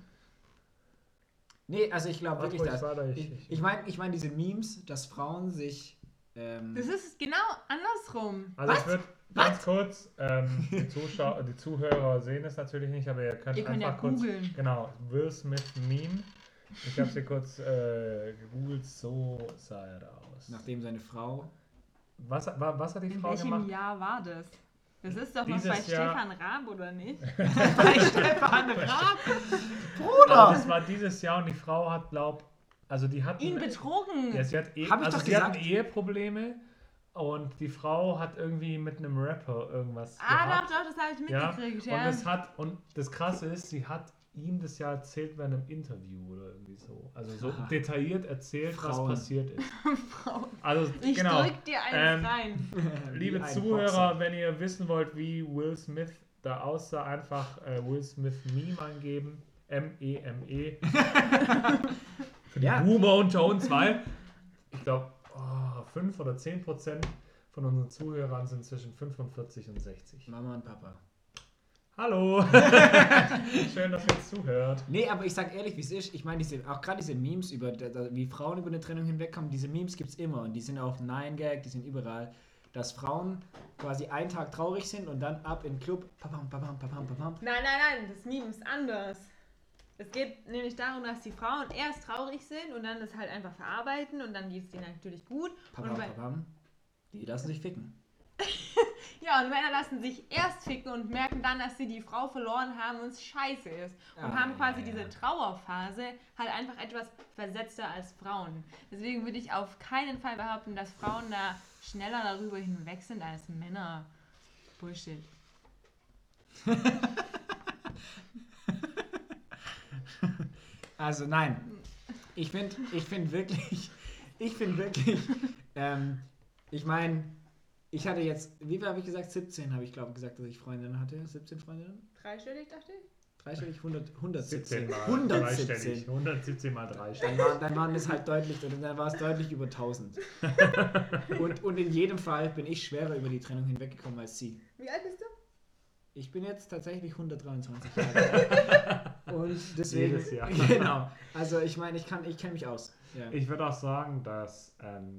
S4: Nee, also ich glaube wirklich, dass... Ich meine diese Memes, dass Frauen sich...
S3: Das ist genau andersrum.
S2: Also
S4: Was?
S2: ich würde ganz kurz, die Zuhörer sehen es natürlich nicht, aber ihr könnt
S3: Ihr könnt
S2: einfach
S3: ja
S2: kurz,
S3: googeln.
S2: genau, Will Smith Meme. Ich habe sie kurz gegoogelt, so sah er da aus.
S4: Nachdem seine Frau...
S2: Was hat die
S3: In
S2: Frau
S3: welchem
S2: gemacht?
S3: Jahr war das? Das ist doch noch
S2: Dieses
S3: bei
S2: Jahr-
S3: Stefan Raab, oder nicht?
S4: Bei Stefan Raab?
S2: Also
S4: Bruder!
S2: das war dieses Jahr und die Frau hat, also die hat...
S3: Ihn betrogen.
S2: Ja, sie hat
S4: Hab ich
S2: also
S4: doch
S2: sie hatten
S4: gesagt.
S2: Eheprobleme und die Frau hat irgendwie mit einem Rapper irgendwas
S3: Ah,
S2: gehabt.
S3: doch, das habe ich
S2: Ja,
S3: mitgekriegt,
S2: und das Krasse ist, sie hat ihm das ja erzählt bei einem Interview oder irgendwie so. Also so
S4: Aha.
S2: detailliert erzählt,
S4: Frauen.
S2: was passiert ist.
S3: Frauen.
S2: Also
S3: Ich
S2: genau,
S3: drück dir eins rein.
S2: liebe
S4: Wie ein
S2: Zuhörer,
S4: Boxer.
S2: wenn ihr wissen wollt, wie Will Smith da aussah, einfach Will Smith Meme eingeben. M-E-M-E. Für die
S4: Ja.
S2: Boomer unter uns, weil ich glaube, 5 oder 10% von unseren Zuhörern sind zwischen 45 und 60.
S4: Mama und Papa.
S2: Hallo! Schön, dass ihr zuhört.
S4: Nee, aber ich sag ehrlich, wie es ist. Ich meine, auch gerade diese Memes, wie Frauen über eine Trennung hinwegkommen, diese Memes gibt es immer. Und die sind auf 9gag, die sind überall. Dass Frauen quasi einen Tag traurig sind und dann ab in den Club. Papam, papam, papam, papam.
S3: Nein, das Meme ist anders. Es geht nämlich darum, dass die Frauen erst traurig sind und dann das halt einfach verarbeiten und dann geht es denen natürlich gut.
S4: Papam,
S3: Und
S4: papam. Die lassen sich ficken.
S3: ja, und Männer lassen sich erst ficken und merken dann, dass sie die Frau verloren haben und es scheiße ist. Und haben quasi diese Trauerphase halt einfach etwas versetzter als Frauen. Deswegen würde ich auf keinen Fall behaupten, dass Frauen da schneller darüber hinweg sind als Männer. Bullshit.
S4: Also nein. Ich finde wirklich, ich meine, ich hatte jetzt, wie viel habe ich gesagt? 17 habe ich glaube gesagt, dass ich Freundinnen hatte. 17 Freundinnen?
S3: Dreistellig, dachte ich?
S4: Dreistellig? 117.
S2: 17 mal
S4: 117.
S2: dreistellig. 117 mal 3
S4: Dann waren es halt deutlich, dann war es deutlich über 1000. und in jedem Fall bin ich schwerer über die Trennung hinweggekommen als sie.
S3: Wie alt bist du?
S4: Ich bin jetzt tatsächlich 123 Jahre alt. Und deswegen,
S2: Jedes Jahr.
S4: genau. Also ich meine, ich kenne mich aus. Ja.
S2: Ich würde auch sagen, dass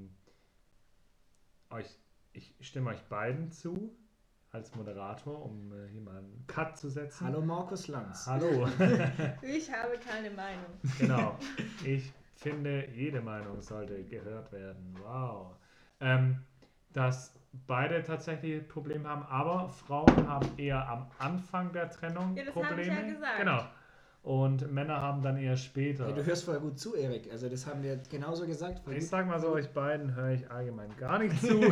S2: ich stimme euch beiden zu als Moderator, um hier mal einen Cut zu setzen.
S4: Hallo Markus Lanz.
S2: Hallo.
S3: Ich habe keine Meinung.
S2: Genau. Ich finde, jede Meinung sollte gehört werden. Wow. Dass beide tatsächlich Probleme haben, aber Frauen haben eher am Anfang der Trennung
S3: Ja, das
S2: Probleme.
S3: habe ich ja gesagt.
S2: Genau. Und Männer haben dann eher später.
S4: Hey, du hörst voll gut zu, Erik. Also das haben wir genauso gesagt. Voll
S2: Ich
S4: gut.
S2: sag mal so, euch beiden höre ich allgemein gar nicht zu.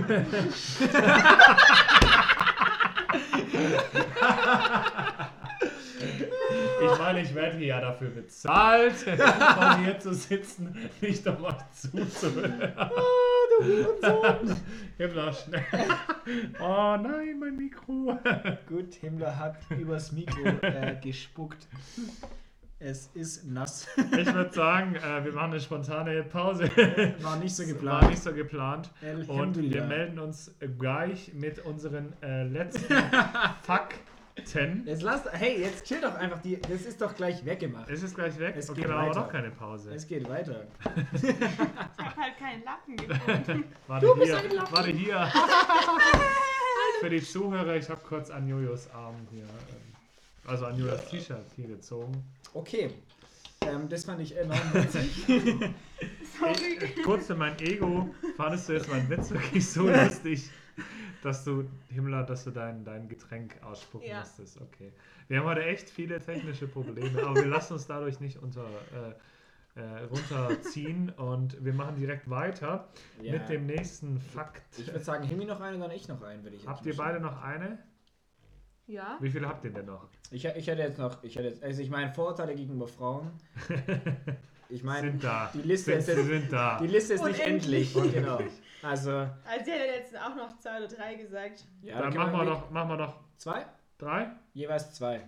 S2: Ich meine, ich werde hier ja dafür bezahlt, um hier zu sitzen, nicht um euch zuzuhören.
S4: Du Hurensohn.
S2: Himmler, schnell. Oh nein, mein Mikro.
S4: Gut, Himmler hat übers Mikro gespuckt. Es ist nass.
S2: Ich würde sagen, wir machen eine spontane Pause.
S4: War nicht so
S2: War
S4: geplant.
S2: nicht so geplant. Und wir
S4: Alhamdulillah.
S2: melden uns gleich mit unseren letzten Fakten.
S4: Jetzt chill doch einfach das ist doch gleich weggemacht.
S2: Ist es gleich weg?
S4: Es
S2: Okay,
S4: geht
S2: dann haben wir
S4: weiter.
S2: noch keine Pause.
S4: Es geht weiter.
S3: Ich habe halt keinen Lappen gefunden.
S2: Warte hier. Für die Zuhörer, ich habe kurz an Jojos Arm hier, also an Jojos T-Shirt hier gezogen.
S4: Okay. Das fand ich enorm witzig.
S3: Sorry.
S2: Kurz für mein Ego, fandest du jetzt meinen Witz wirklich so lustig, dass du dein Getränk ausspucken
S3: Ja.
S2: musstest? Okay. Wir haben heute echt viele technische Probleme, aber wir lassen uns dadurch nicht runterziehen und wir machen direkt weiter
S4: Ja.
S2: mit dem nächsten Fakt.
S4: Ich würde sagen, Himi noch eine, dann ich noch einen, würde ich jetzt
S2: Habt ihr
S4: mal
S2: beide noch eine?
S3: Ja.
S2: Wie viele habt ihr denn noch?
S4: Ich meine, Vorurteile gegenüber Frauen. Ich meine,
S2: Sind da.
S4: die Liste
S2: sind da.
S4: die Liste ist nicht
S3: Unendlich.
S4: endlich. Genau. Also,
S3: Also sie hätte jetzt auch noch 2 oder 3 gesagt.
S4: ja,
S2: Dann machen wir doch
S4: 2?
S2: 3?
S4: Jeweils 2.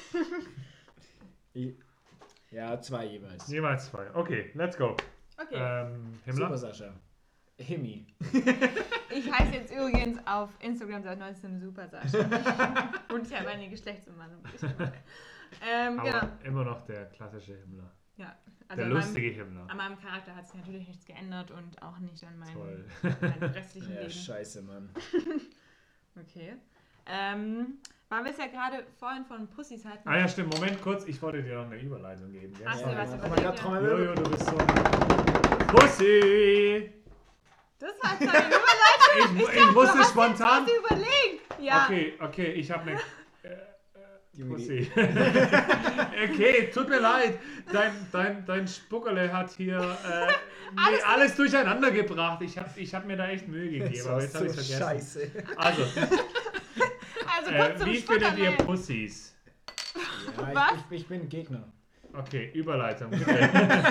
S4: Ja, 2 jeweils.
S2: Jeweils 2. Okay, let's go.
S3: Okay.
S2: Himmler?
S4: Super, Sascha. Himmi.
S3: Ich heiße jetzt übrigens auf Instagram seit 19 Super Sascha. Und ich habe eine Geschlechtsumwandlung.
S2: Aber
S3: Genau.
S2: immer noch der klassische Himmler.
S3: Ja.
S2: Der lustige Himmler.
S3: An meinem Charakter hat sich natürlich nichts geändert und auch nicht an
S2: Toll.
S3: meinem restlichen
S4: Ja,
S3: Leben.
S4: scheiße, Mann.
S3: Okay. Weil wir es ja gerade vorhin von Pussys hatten.
S2: Ah ja, stimmt. Moment kurz. Ich wollte dir noch eine Überleitung geben. Gell?
S3: Hast du was
S4: Oh
S3: überlegt?
S4: mein Gott, Trommelwirbel.
S2: Jojo, du bist so ein Pussy.
S3: Das war jetzt eine Überleitung.
S2: Ich musste spontan...
S3: Hast du überlegt? Ja.
S2: Okay, ich habe eine...
S4: Junge,
S2: Pussy. Okay, tut mir leid. Dein Spuckerle hat hier alles durcheinander gebracht. Ich hab mir da echt Mühe gegeben,
S4: Das
S2: aber
S4: war
S2: jetzt habe ich
S4: so
S2: vergessen.
S4: scheiße.
S2: Also,
S3: Also kurz zum
S2: wie findet ihr
S3: Spuckerle.
S2: Pussys?
S4: Ja,
S3: Was?
S4: ich bin Gegner.
S2: Okay, Überleitung, bitte.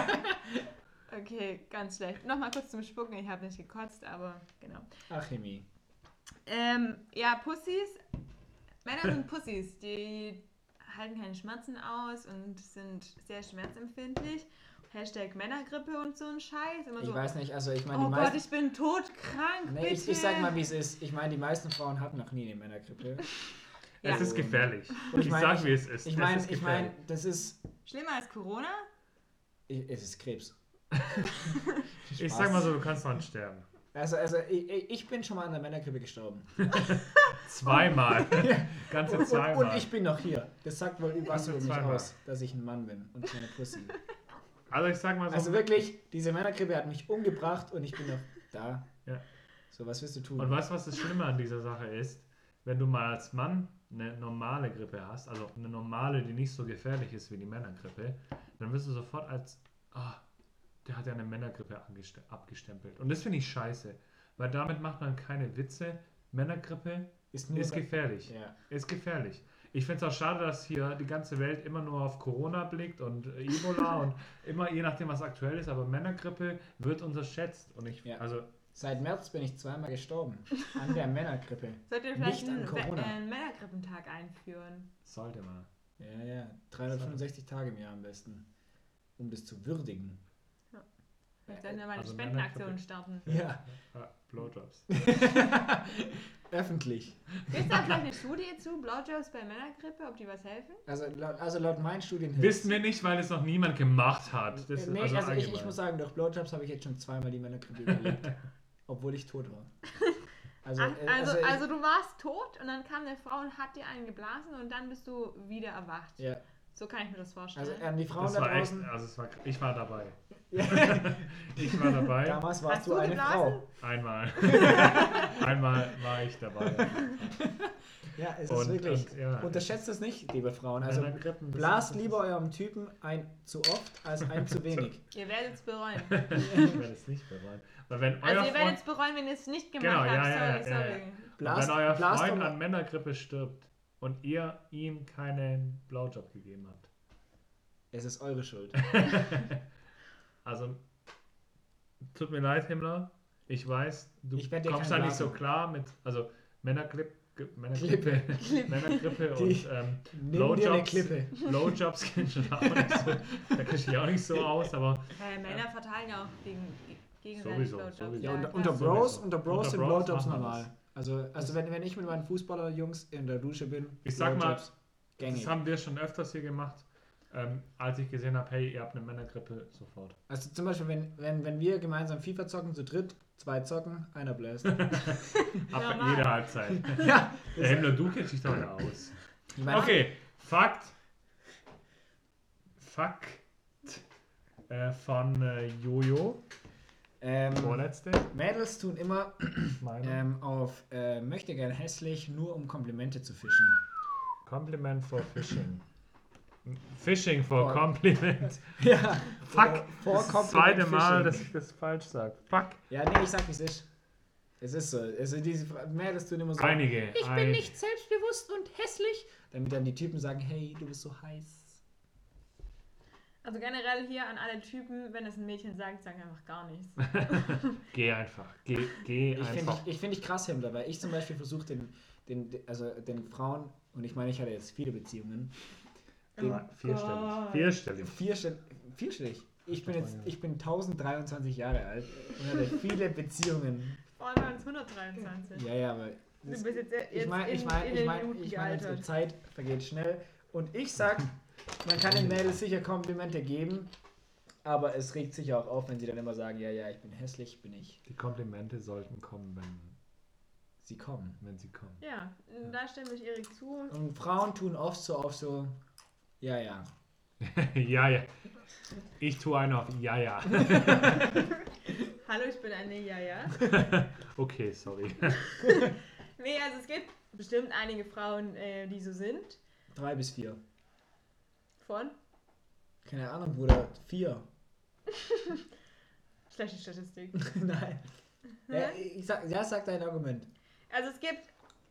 S3: Okay, ganz schlecht. Nochmal kurz zum Spucken. Ich habe nicht gekotzt, aber genau.
S4: Ach, Himmi.
S3: Ja, Pussys. Männer sind Pussys. Die halten keine Schmerzen aus und sind sehr schmerzempfindlich. Hashtag Männergrippe und so ein Scheiß. Immer
S4: Ich
S3: so,
S4: weiß nicht, also ich meine,
S3: oh
S4: die
S3: Gott,
S4: meisten...
S3: ich bin todkrank,
S4: Nee,
S3: bitte.
S4: ich sag mal, wie es ist. Ich meine, die meisten Frauen hatten noch nie eine Männergrippe.
S3: Ja.
S2: Es ist gefährlich.
S4: Und
S2: Ich
S4: ich mein,
S2: sag, wie es ist.
S4: Ich
S2: Es
S4: meine,
S2: ist gefährlich.
S4: das ist...
S3: Schlimmer als Corona?
S4: Es ist Krebs.
S2: Ich sag mal so, du kannst dran sterben.
S4: Also ich bin schon mal an der Männergrippe gestorben.
S2: Zweimal. Ganze
S4: Und
S2: zweimal.
S4: ich bin noch hier. Das sagt wohl was über mich
S2: Zweimal.
S4: aus, dass ich ein Mann bin und keine Pussy.
S2: Also ich sag mal so.
S4: Also wirklich, diese Männergrippe hat mich umgebracht und ich bin noch da.
S2: Ja.
S4: So, was willst du tun?
S2: Und weißt du, was das Schlimme an dieser Sache ist? Wenn du mal als Mann eine normale Grippe hast, also eine normale, die nicht so gefährlich ist wie die Männergrippe, dann wirst du sofort als, der hat ja eine Männergrippe abgestempelt. Und das finde ich scheiße, weil damit macht man keine Witze. Männergrippe
S4: ist
S2: gefährlich.
S4: Ja.
S2: Ist gefährlich. Ich finde es auch schade, dass hier die ganze Welt immer nur auf Corona blickt und Ebola und immer je nachdem, was aktuell ist, aber Männergrippe wird unterschätzt. Und also
S4: Seit März bin ich zweimal gestorben. An der Männergrippe.
S3: Sollt ihr vielleicht
S4: Nicht an Corona.
S3: einen Männergrippentag einführen?
S2: sollte man.
S4: Ja. 365 Tage im Jahr am besten. Um das zu würdigen.
S3: Wir sollten ja mal eine
S2: Also
S3: Spendenaktion
S2: Männergrippe.
S3: starten.
S4: Ja.
S2: Blowjobs.
S4: Öffentlich.
S3: Gibt es da vielleicht eine Studie zu Blowjobs bei Männergrippe, ob die was helfen?
S4: Also laut meinen Studien
S2: Wissen wir nicht, weil es noch niemand gemacht hat. Das ist
S4: Nee,
S2: also
S4: also ich
S2: allgemein.
S4: muss sagen, durch Blowjobs habe ich jetzt schon zweimal die Männergrippe überlebt. Obwohl ich tot war.
S3: Also du warst tot und dann kam eine Frau und hat dir einen geblasen und dann bist du wieder erwacht.
S4: Ja.
S3: So kann ich mir das vorstellen.
S4: Also an die Frauen
S2: Das
S4: da
S2: war echt,
S4: draußen.
S2: also ich war dabei. Ich war dabei.
S4: Damals warst
S3: Hast
S4: du
S3: du
S4: eine
S3: geblasen?
S4: Frau.
S2: Einmal. Einmal war ich dabei.
S4: Ja, es
S2: Und-
S4: ist wirklich.
S2: und, ja.
S4: Unterschätzt es nicht, liebe Frauen. Also
S2: Männergrippen, das
S4: blast
S2: ist-
S4: lieber eurem Typen ein zu oft als ein zu wenig.
S3: Ihr werdet es bereuen.
S2: Ich werde es nicht bereuen. Weil wenn
S3: Also
S2: euer
S3: ihr werdet
S2: Freund,
S3: es bereuen, wenn ihr es nicht gemacht
S2: Genau,
S3: habt.
S2: ja,
S3: Sorry.
S4: Blast,
S2: wenn euer
S4: blast
S2: Freund
S4: doch-
S2: an Männergrippe stirbt und ihr ihm keinen Blowjob gegeben habt.
S4: Es ist eure Schuld.
S2: Also, tut mir leid, Himmler. Ich weiß, du
S4: Ich werd dir
S2: kommst da
S4: keinen
S2: nicht so
S4: blasen.
S2: klar mit, also Männergrippe
S4: Die-
S2: und
S4: Nimm dir eine
S2: Blowjobs.
S4: Klippe.
S2: Blowjobs kennst du auch nicht so, da kenn ich auch nicht so aus, aber
S3: Männer verteilen ja auch gegenseitig
S2: Sowieso,
S3: Blowjobs.
S2: sowieso.
S4: Ja,
S3: klar.
S4: unter
S2: sowieso.
S4: Bros
S2: Unter
S4: sind
S2: Bros
S4: Blowjobs
S2: machen wir
S4: normal. Also wenn ich mit meinen Fußballerjungs in der Dusche bin,
S2: Ich sag mal,
S4: Blowjobs gängig.
S2: das haben wir schon öfters hier gemacht, als ich gesehen habe, hey, ihr habt eine Männergrippe, sofort.
S4: Also zum Beispiel, wenn wir gemeinsam FIFA zocken, zu dritt, 2 zocken, einer bläst.
S2: Ab
S3: Normal.
S2: jeder Halbzeit.
S4: Ja.
S2: Der Himmler, du kennst dich doch da aus.
S4: Ich meine,
S2: Okay, Fakt von Jojo. Vorletzte.
S4: Mädels tun immer
S2: Meine.
S4: auf möchte gern hässlich, nur um Komplimente zu fischen.
S2: Compliment for Fishing. Fishing for
S4: For-
S2: Compliment.
S4: Ja.
S2: Fuck.
S4: Vor
S2: Das zweite
S4: Compliment
S2: Mal,
S4: Fishing.
S2: dass ich das falsch sage. Fuck.
S4: Ja, nee, ich sag, wie es ist. Es ist so. Also diese Mädels tun immer so.
S2: Einige.
S4: Ich bin nicht selbstbewusst und hässlich. Damit dann die Typen sagen, hey, du bist so heiß.
S3: Also generell hier an alle Typen, wenn es ein Mädchen sagt, sagen einfach gar nichts.
S2: Geh einfach. Geh einfach.
S4: Ich finde dich krass, Himmler, weil ich zum Beispiel versuche den Frauen, und ich meine, ich hatte jetzt viele Beziehungen.
S2: Vierstellig.
S4: Vierstellig. Ich bin 1023 Jahre alt und hatte viele Beziehungen.
S3: Vorhin waren es 123.
S4: Ja, aber
S3: Du bist jetzt
S4: ich meine, die Zeit vergeht schnell. Und ich sag, man kann den Mädels sicher Komplimente geben, aber es regt sich auch auf, wenn sie dann immer sagen, ja, ich bin hässlich, bin ich.
S2: Die Komplimente sollten kommen, wenn
S4: sie kommen.
S3: Ja, da stimme ich Erik zu.
S4: Und Frauen tun oft so, ja.
S2: Ja. Ich tue einen auf ja.
S3: Hallo, ich bin eine Ja.
S2: Okay, sorry.
S3: Nee, also es gibt bestimmt einige Frauen, die so sind.
S4: 3 bis 4.
S3: Von?
S4: Keine Ahnung, Bruder. 4.
S3: Schlechte Statistik.
S4: Nein. Sag dein Argument.
S3: Also es gibt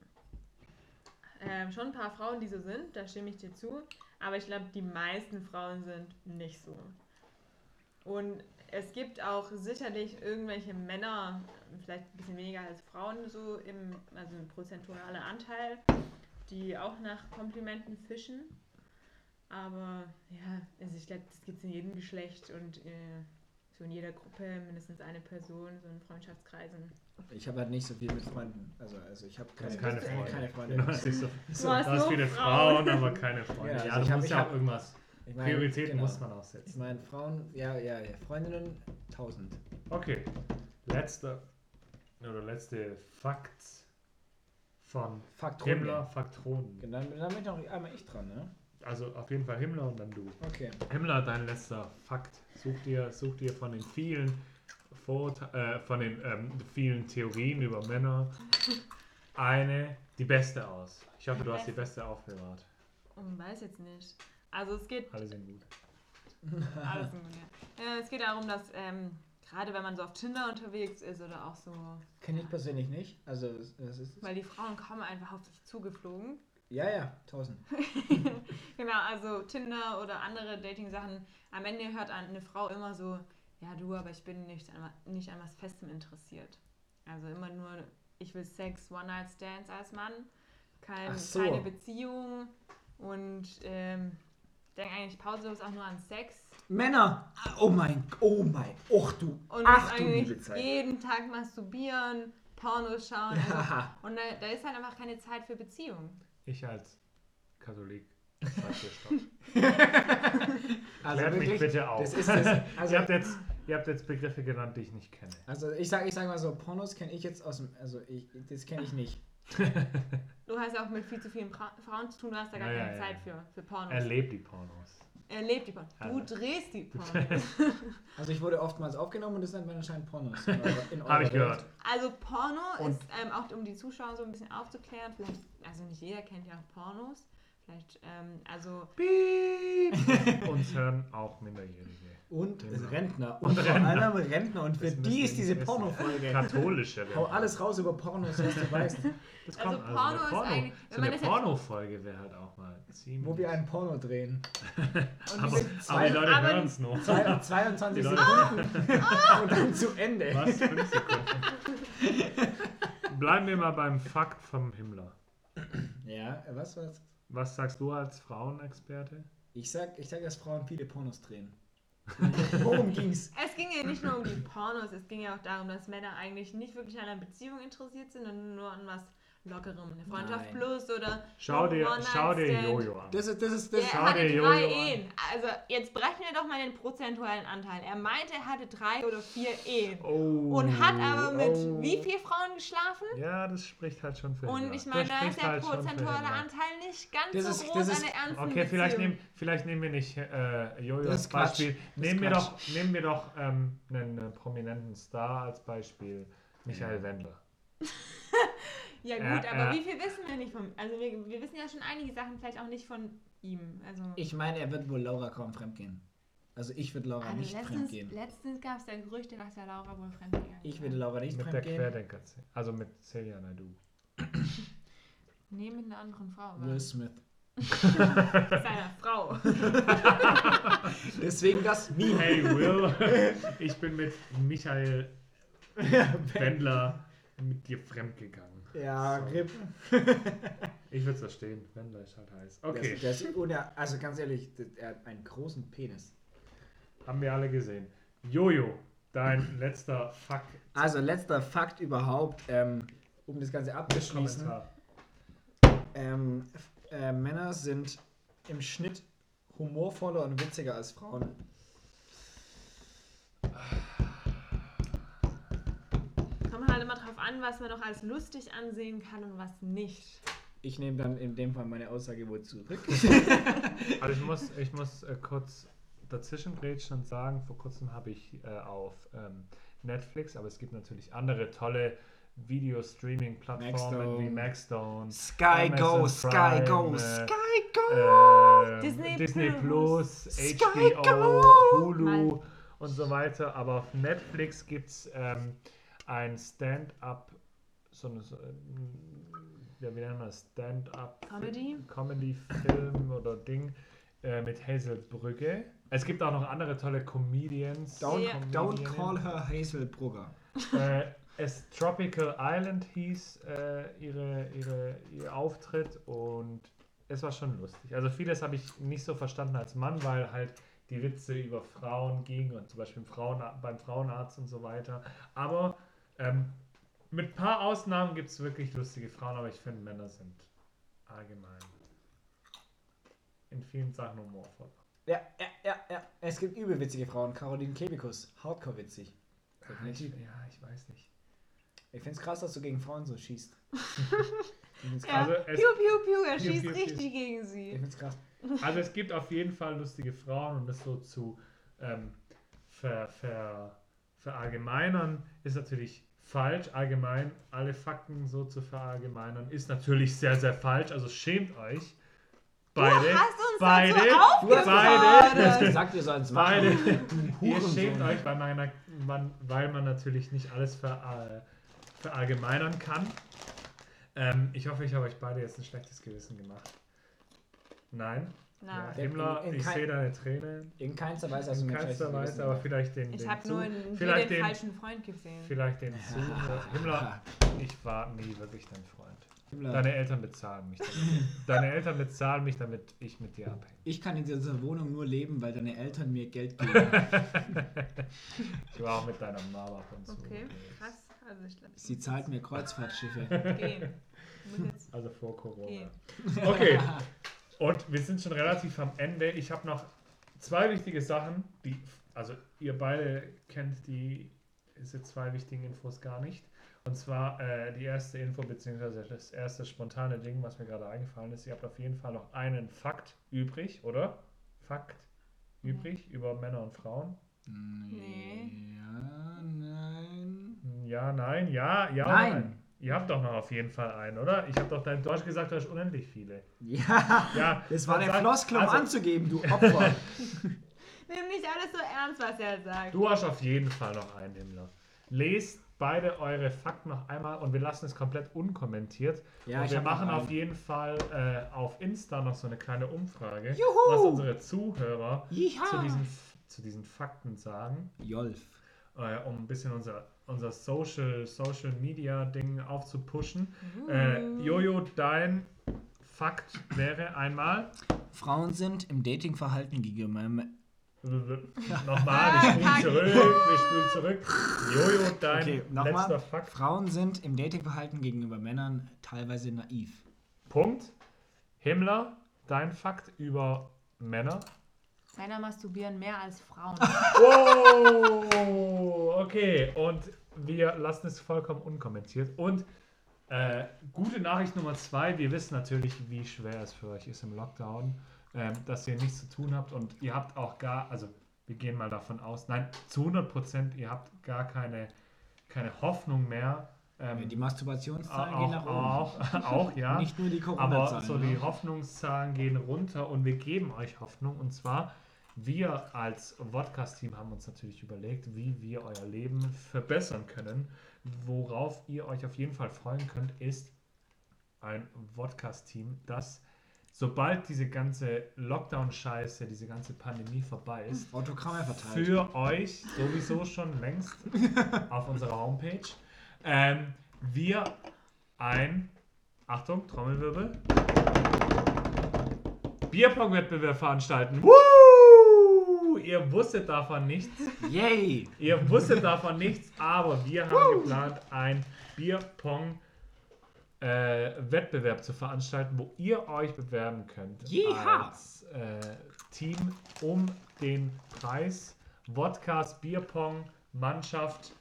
S3: schon ein paar Frauen, die so sind, da stimme ich dir zu. Aber ich glaube, die meisten Frauen sind nicht so. Und es gibt auch sicherlich irgendwelche Männer, vielleicht ein bisschen weniger als Frauen, also ein prozentualer Anteil, die auch nach Komplimenten fischen. Aber ja, also ich glaube, das gibt es in jedem Geschlecht und so in jeder Gruppe mindestens eine Person, so in Freundschaftskreisen.
S4: Ich habe halt nicht so viel mit Freunden. Also ich habe
S2: keine Freunde.
S4: Keine Freunde.
S2: Du hast viele
S3: Frauen.
S2: Frauen, aber keine Freunde.
S4: Ja,
S2: Ja,
S4: also
S2: du musst ja auch irgendwas.
S4: Ich meine,
S2: Prioritäten
S4: genau.
S2: muss man auch
S4: Ich
S2: setzen.
S4: meine, Frauen, ja, Freundinnen 1000.
S2: Okay. Letzte Fakt von
S4: Faktronen.
S2: Himmler, Faktronen.
S4: Genau, dann bin noch einmal ich dran, ne?
S2: Also auf jeden Fall Himmler und dann du.
S4: Okay.
S2: Himmler, dein letzter Fakt. Such dir von den vielen vielen Theorien über Männer die beste aus. Ich hoffe, du hast die beste aufbewahrt.
S3: Weiß jetzt nicht. Also es geht
S2: Alle sind gut.
S3: alles gut, ja. Es geht darum, dass gerade wenn man so auf Tinder unterwegs ist oder auch so,
S4: Kenne ich persönlich nicht. Also das ist.
S3: weil die Frauen kommen einfach auf dich zugeflogen.
S4: Ja, 1000.
S3: Genau, also Tinder oder andere Dating-Sachen. Am Ende hört eine Frau immer so, ja du, aber ich bin nicht an was Festem interessiert. Also immer nur, ich will Sex, One-Night-Stands als Mann, keine Beziehung und denke eigentlich pausenlos auch nur an Sex.
S4: Männer! Oh mein, och du.
S3: Und
S4: Ach du
S3: eigentlich
S4: liebe Zeit.
S3: jeden Tag masturbieren, Pornos schauen.
S4: Ja.
S3: Also, und da ist halt einfach keine Zeit für Beziehung.
S2: Ich als Katholik sag dir Stopp.
S4: Also
S2: Klärt mich
S4: wirklich,
S2: bitte auf.
S4: das ist das. Also,
S2: Ihr habt jetzt Begriffe genannt, die ich nicht kenne.
S4: also ich sag mal so, Pornos kenne ich jetzt aus dem, das kenne ich nicht.
S3: Du hast ja auch mit viel zu vielen Frauen zu tun, du hast da gar keine Zeit für Pornos.
S2: Erlebt die Pornos.
S3: Erlebt die Pornos.
S2: Also.
S3: Du drehst die Pornos.
S4: Also ich wurde oftmals aufgenommen und das nennt man anscheinend Pornos.
S2: Habe ich gehört.
S3: Also Porno
S4: Und-
S3: ist auch, um die Zuschauer so ein bisschen aufzuklären, vielleicht, also nicht jeder kennt ja auch Pornos. Vielleicht, also
S2: Piep. Uns hören auch Minderjährige.
S4: Und
S2: Genau.
S4: Rentner.
S2: Und
S4: vor
S2: Rentner.
S4: allem Rentner. Und für
S2: Das
S4: die
S2: müssen
S4: ist diese
S2: wir wissen.
S4: Pornofolge.
S2: Katholische.
S4: Hau alles raus über Pornos, was du weißt.
S2: Das
S3: Also
S2: kommt
S3: Porno
S2: eine
S3: ist eigentlich-
S2: so
S3: wenn man
S2: eine
S3: das jetzt-
S2: Porno-Folge wäre halt auch mal ziemlich.
S4: Wo wir einen Porno drehen.
S3: und
S2: aber,
S3: diese-
S2: aber die Leute
S3: aber-
S2: hören es nur.
S4: 22
S2: Die Leute-
S4: Sekunden. Und dann zu Ende.
S2: Was? 5 Sekunden. Bleiben wir mal beim Fakt vom Himmler.
S4: Ja, was?
S2: Was sagst du als Frauenexperte?
S4: Ich sag, dass Frauen viele Pornos drehen. Worum ging's?
S3: Es ging ja nicht nur um die Pornos, es ging ja auch darum, dass Männer eigentlich nicht wirklich an einer Beziehung interessiert sind, sondern nur an was Lockerem. Eine Freundschaft
S4: Nein.
S3: plus oder
S2: Schau dir
S3: One-Night-Stand.
S2: Jojo an.
S4: Das ist.
S3: Er
S2: Schau
S3: hatte
S2: dir
S3: 3
S2: Jojo an.
S3: Ehen. Also jetzt brechen wir doch mal den prozentualen Anteil. Er meinte, er hatte 3 oder 4 Ehen.
S2: Oh,
S3: Und hat aber mit
S2: oh.
S3: wie vielen Frauen geschlafen?
S2: Ja, das spricht halt schon für
S3: Und
S2: Himmler.
S3: ich meine,
S2: Das
S3: da ist
S2: spricht
S3: der
S2: halt schon für
S3: prozentuale
S2: Himmler.
S3: Anteil nicht ganz
S4: Das
S3: so
S4: ist-
S3: groß
S4: das ist-
S3: an der ernsten
S2: Okay,
S3: Beziehung.
S2: vielleicht nehmen wir nicht Jojo
S4: Das
S2: als
S4: ist Quatsch.
S2: Beispiel.
S4: Das
S2: Nehmen
S4: ist
S2: wir doch einen prominenten Star als Beispiel. Michael Wendler.
S3: Ja gut, aber wie viel wissen wir nicht von... Also wir wissen ja schon einige Sachen vielleicht auch nicht von ihm. Also
S4: Ich meine, er wird wohl Laura kaum fremdgehen. Also ich würde Laura nicht fremdgehen.
S3: Letztens gab es ja Gerüchte, dass ja Laura wohl fremdgegangen ist.
S4: Ich würde Laura nicht
S2: Mit der
S4: fremdgehen.
S2: Querdenker, also mit Celia Naidu.
S3: Nee, mit einer anderen Frau.
S4: Will Smith.
S3: Seiner Frau.
S4: Deswegen das Meme.
S2: Hey Will, ich bin mit Michael Wendler mit dir fremdgegangen.
S4: Ja,
S2: So.
S4: Grip.
S2: Ich würde es verstehen, Wendler ist halt heiß. Okay,
S4: Also ganz ehrlich, er hat einen großen Penis.
S2: haben wir alle gesehen. Jojo, dein letzter Fakt.
S4: Also letzter Fakt überhaupt, um das Ganze abzuschließen.
S2: Kommentar.
S4: Männer sind im Schnitt humorvoller und witziger als Frauen.
S3: Kommt halt immer drauf an, was man noch als lustig ansehen kann und was nicht.
S4: Ich nehme dann in dem Fall meine Aussage wohl zurück.
S2: Also ich muss kurz dazwischen grätschen und sagen, vor kurzem habe ich auf Netflix, aber es gibt natürlich andere tolle Video-Streaming-Plattformen wie Maxdome,
S4: Sky Go,
S2: Amazon
S4: Sky
S2: Prime,
S4: Go, Sky Go!
S3: Disney
S2: Plus,
S4: Sky
S2: HBO,
S4: Go!
S2: Hulu und so weiter. Aber auf Netflix gibt es ein Stand-up, wie nennen wir das? Stand-up Comedy-Film oder Ding mit Hazel Brügge. Es gibt auch noch andere tolle Comedians.
S4: Don't call her Hazel Brugger.
S2: Tropical Island hieß ihr Auftritt und es war schon lustig. Also vieles habe ich nicht so verstanden als Mann, weil halt die Witze über Frauen gingen und zum Beispiel beim Frauenarzt und so weiter. Aber mit ein paar Ausnahmen gibt es wirklich lustige Frauen, aber ich finde Männer sind allgemein in vielen Sachen humorvoll.
S4: Ja. Es gibt übelwitzige Frauen. Caroline Kebekus, hardcore witzig. Definitiv.
S2: Ich weiß nicht.
S4: Ich finde es krass, dass du gegen Frauen so schießt.
S3: Ja,
S2: Also
S3: piu, piu, piu, er
S2: Piu,
S3: schießt
S2: piu, piu.
S3: richtig gegen
S4: Ich
S3: sie.
S4: finde es krass.
S2: Also es gibt auf jeden Fall lustige Frauen und das so zu verallgemeinern ist natürlich falsch. Allgemein alle Fakten so zu verallgemeinern ist natürlich sehr, sehr falsch. Also schämt euch. Beide.
S3: Du hast uns
S2: beide.
S3: dazu
S4: Du hast
S3: aufgefordert.
S4: gesagt, wir sollen es machen.
S2: Beide.
S4: Du
S2: Ihr
S4: Hurensohn.
S2: schämt euch, weil man natürlich nicht alles verallgemeinern kann. Ich hoffe, ich habe euch beide jetzt ein schlechtes Gewissen gemacht. Nein? Ja,
S3: Nein.
S2: Himmler,
S4: In
S2: ich
S4: kein-
S2: sehe deine Tränen.
S4: In keinster Weise hast du
S2: In
S4: mir
S2: keinster
S4: schlechtes
S2: Weise,
S4: Gewissen
S2: aber
S4: gemacht.
S2: vielleicht den.
S3: Ich habe nur
S2: vielleicht
S3: den
S2: den-
S3: falschen Freund gesehen.
S2: Vielleicht den
S4: Ja.
S2: Zuhörer. Himmler, ich war nie wirklich dein Freund.
S4: Himmler,
S2: Deine Eltern bezahlen mich damit. Deine Eltern bezahlen mich, damit ich mit dir abhänge.
S4: ich kann in dieser Wohnung nur leben, weil deine Eltern mir Geld geben.
S2: Ich war auch mit deiner Mama ab und zu.
S3: Okay,
S2: unterwegs.
S3: krass. Also ich glaube,
S4: Sie zahlt mir Kreuzfahrtschiffe.
S3: gehen. Muss jetzt
S2: Also vor Corona.
S3: gehen.
S2: Okay. Und wir sind schon relativ am Ende. Ich habe noch zwei wichtige Sachen, also ihr beide kennt diese zwei wichtigen Infos gar nicht. Und zwar die erste Info, beziehungsweise das erste spontane Ding, was mir gerade eingefallen ist. Ihr habt auf jeden Fall noch einen Fakt übrig, oder? Fakt übrig über Männer und Frauen.
S3: Nee.
S4: Ja, nein.
S2: Ja, nein, ja,
S4: Nein.
S2: Ihr habt doch noch auf jeden Fall einen, oder? Ich habe doch du hast gesagt, du hast unendlich viele.
S4: Ja,
S2: Ja,
S4: das war
S2: dann
S4: der
S2: sag-
S4: Floskel, um
S2: also-
S4: anzugeben, du Opfer.
S3: Nimm nicht alles so ernst, was er sagt.
S2: Du hast auf jeden Fall noch einen, Himmler. Lest beide eure Fakten noch einmal und wir lassen es komplett unkommentiert.
S4: Ja,
S2: und
S4: ich
S2: wir
S4: hab noch
S2: machen auf
S4: einen.
S2: jeden Fall auf Insta noch so eine kleine Umfrage,
S4: Juhu!
S2: was unsere Zuhörer
S4: Jiha.
S2: zu diesen Fakten sagen,
S4: Jolf.
S2: um ein bisschen unser Social Media Ding aufzupushen. Jojo, dein Fakt wäre einmal.
S4: Frauen sind im Datingverhalten gegenüber
S2: Nochmal, wir spielen zurück. Jojo, dein
S4: Okay, nochmal.
S2: letzter Fakt.
S4: Frauen sind im Datingverhalten gegenüber Männern teilweise naiv.
S2: Punkt. Himmler, dein Fakt über Männer.
S3: Männer masturbieren mehr als Frauen.
S2: Oh, okay. Und wir lassen es vollkommen unkommentiert. Und gute Nachricht Nummer 2. Wir wissen natürlich, wie schwer es für euch ist im Lockdown, dass ihr nichts zu tun habt. Und ihr habt auch also wir gehen mal davon aus, nein, zu 100%, ihr habt gar keine Hoffnung mehr.
S4: Die Masturbationszahlen gehen nach oben.
S2: Auch, ja.
S4: Nicht nur die
S2: Aber
S4: Corona-Zahlen.
S2: so
S4: ne?
S2: die Hoffnungszahlen gehen runter und wir geben euch Hoffnung. Und zwar Wir als Vodcast-Team haben uns natürlich überlegt, wie wir euer Leben verbessern können. Worauf ihr euch auf jeden Fall freuen könnt, ist ein Vodcast-Team, das, sobald diese ganze Lockdown-Scheiße, diese ganze Pandemie vorbei ist,
S4: Autogramme verteilt.
S2: für euch sowieso schon längst auf unserer Homepage, wir ein, Achtung, Trommelwirbel, Bierpong-Wettbewerb veranstalten. Woo! Ihr wusstet davon nichts.
S4: Yay!
S2: Ihr wusstet davon nichts, aber wir haben geplant, ein Bierpong-Wettbewerb zu veranstalten, wo ihr euch bewerben könnt
S4: Jeha!
S2: als Team um den Preis Vodcast Bierpong Mannschaft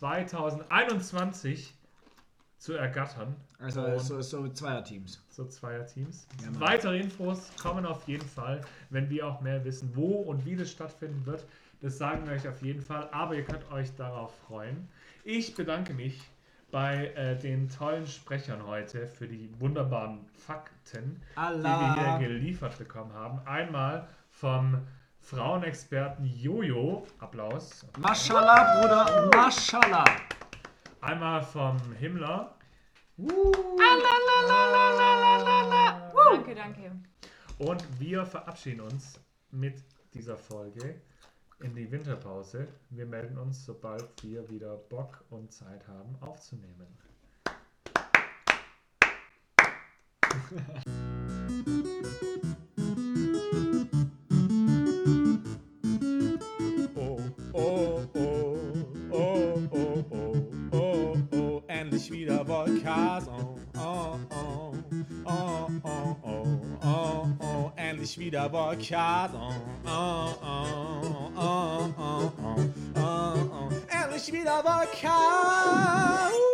S2: 2021 zu ergattern.
S4: Also
S2: Und
S4: so Zweierteams.
S2: so Zweierteams.
S4: Ja, Mann.
S2: Weitere Infos kommen auf jeden Fall, wenn wir auch mehr wissen, wo und wie das stattfinden wird. Das sagen wir euch auf jeden Fall, aber ihr könnt euch darauf freuen. Ich bedanke mich bei den tollen Sprechern heute für die wunderbaren Fakten, die wir hier geliefert bekommen haben. Einmal vom Frauenexperten Jojo, Applaus.
S4: Mashallah, Bruder, Mashallah.
S2: Einmal vom Himmler.
S3: Danke, danke.
S2: Und wir verabschieden uns mit dieser Folge in die Winterpause. Wir melden uns, sobald wir wieder Bock und Zeit haben, aufzunehmen.
S1: Oh, oh, oh, oh, oh, oh, oh, oh, endlich wieder Vodcast. Oh, oh, oh, oh, oh, oh, oh, oh, endlich wieder Vodcast. Oh, oh, oh, oh, oh, oh, oh, oh, endlich wieder Vodcast.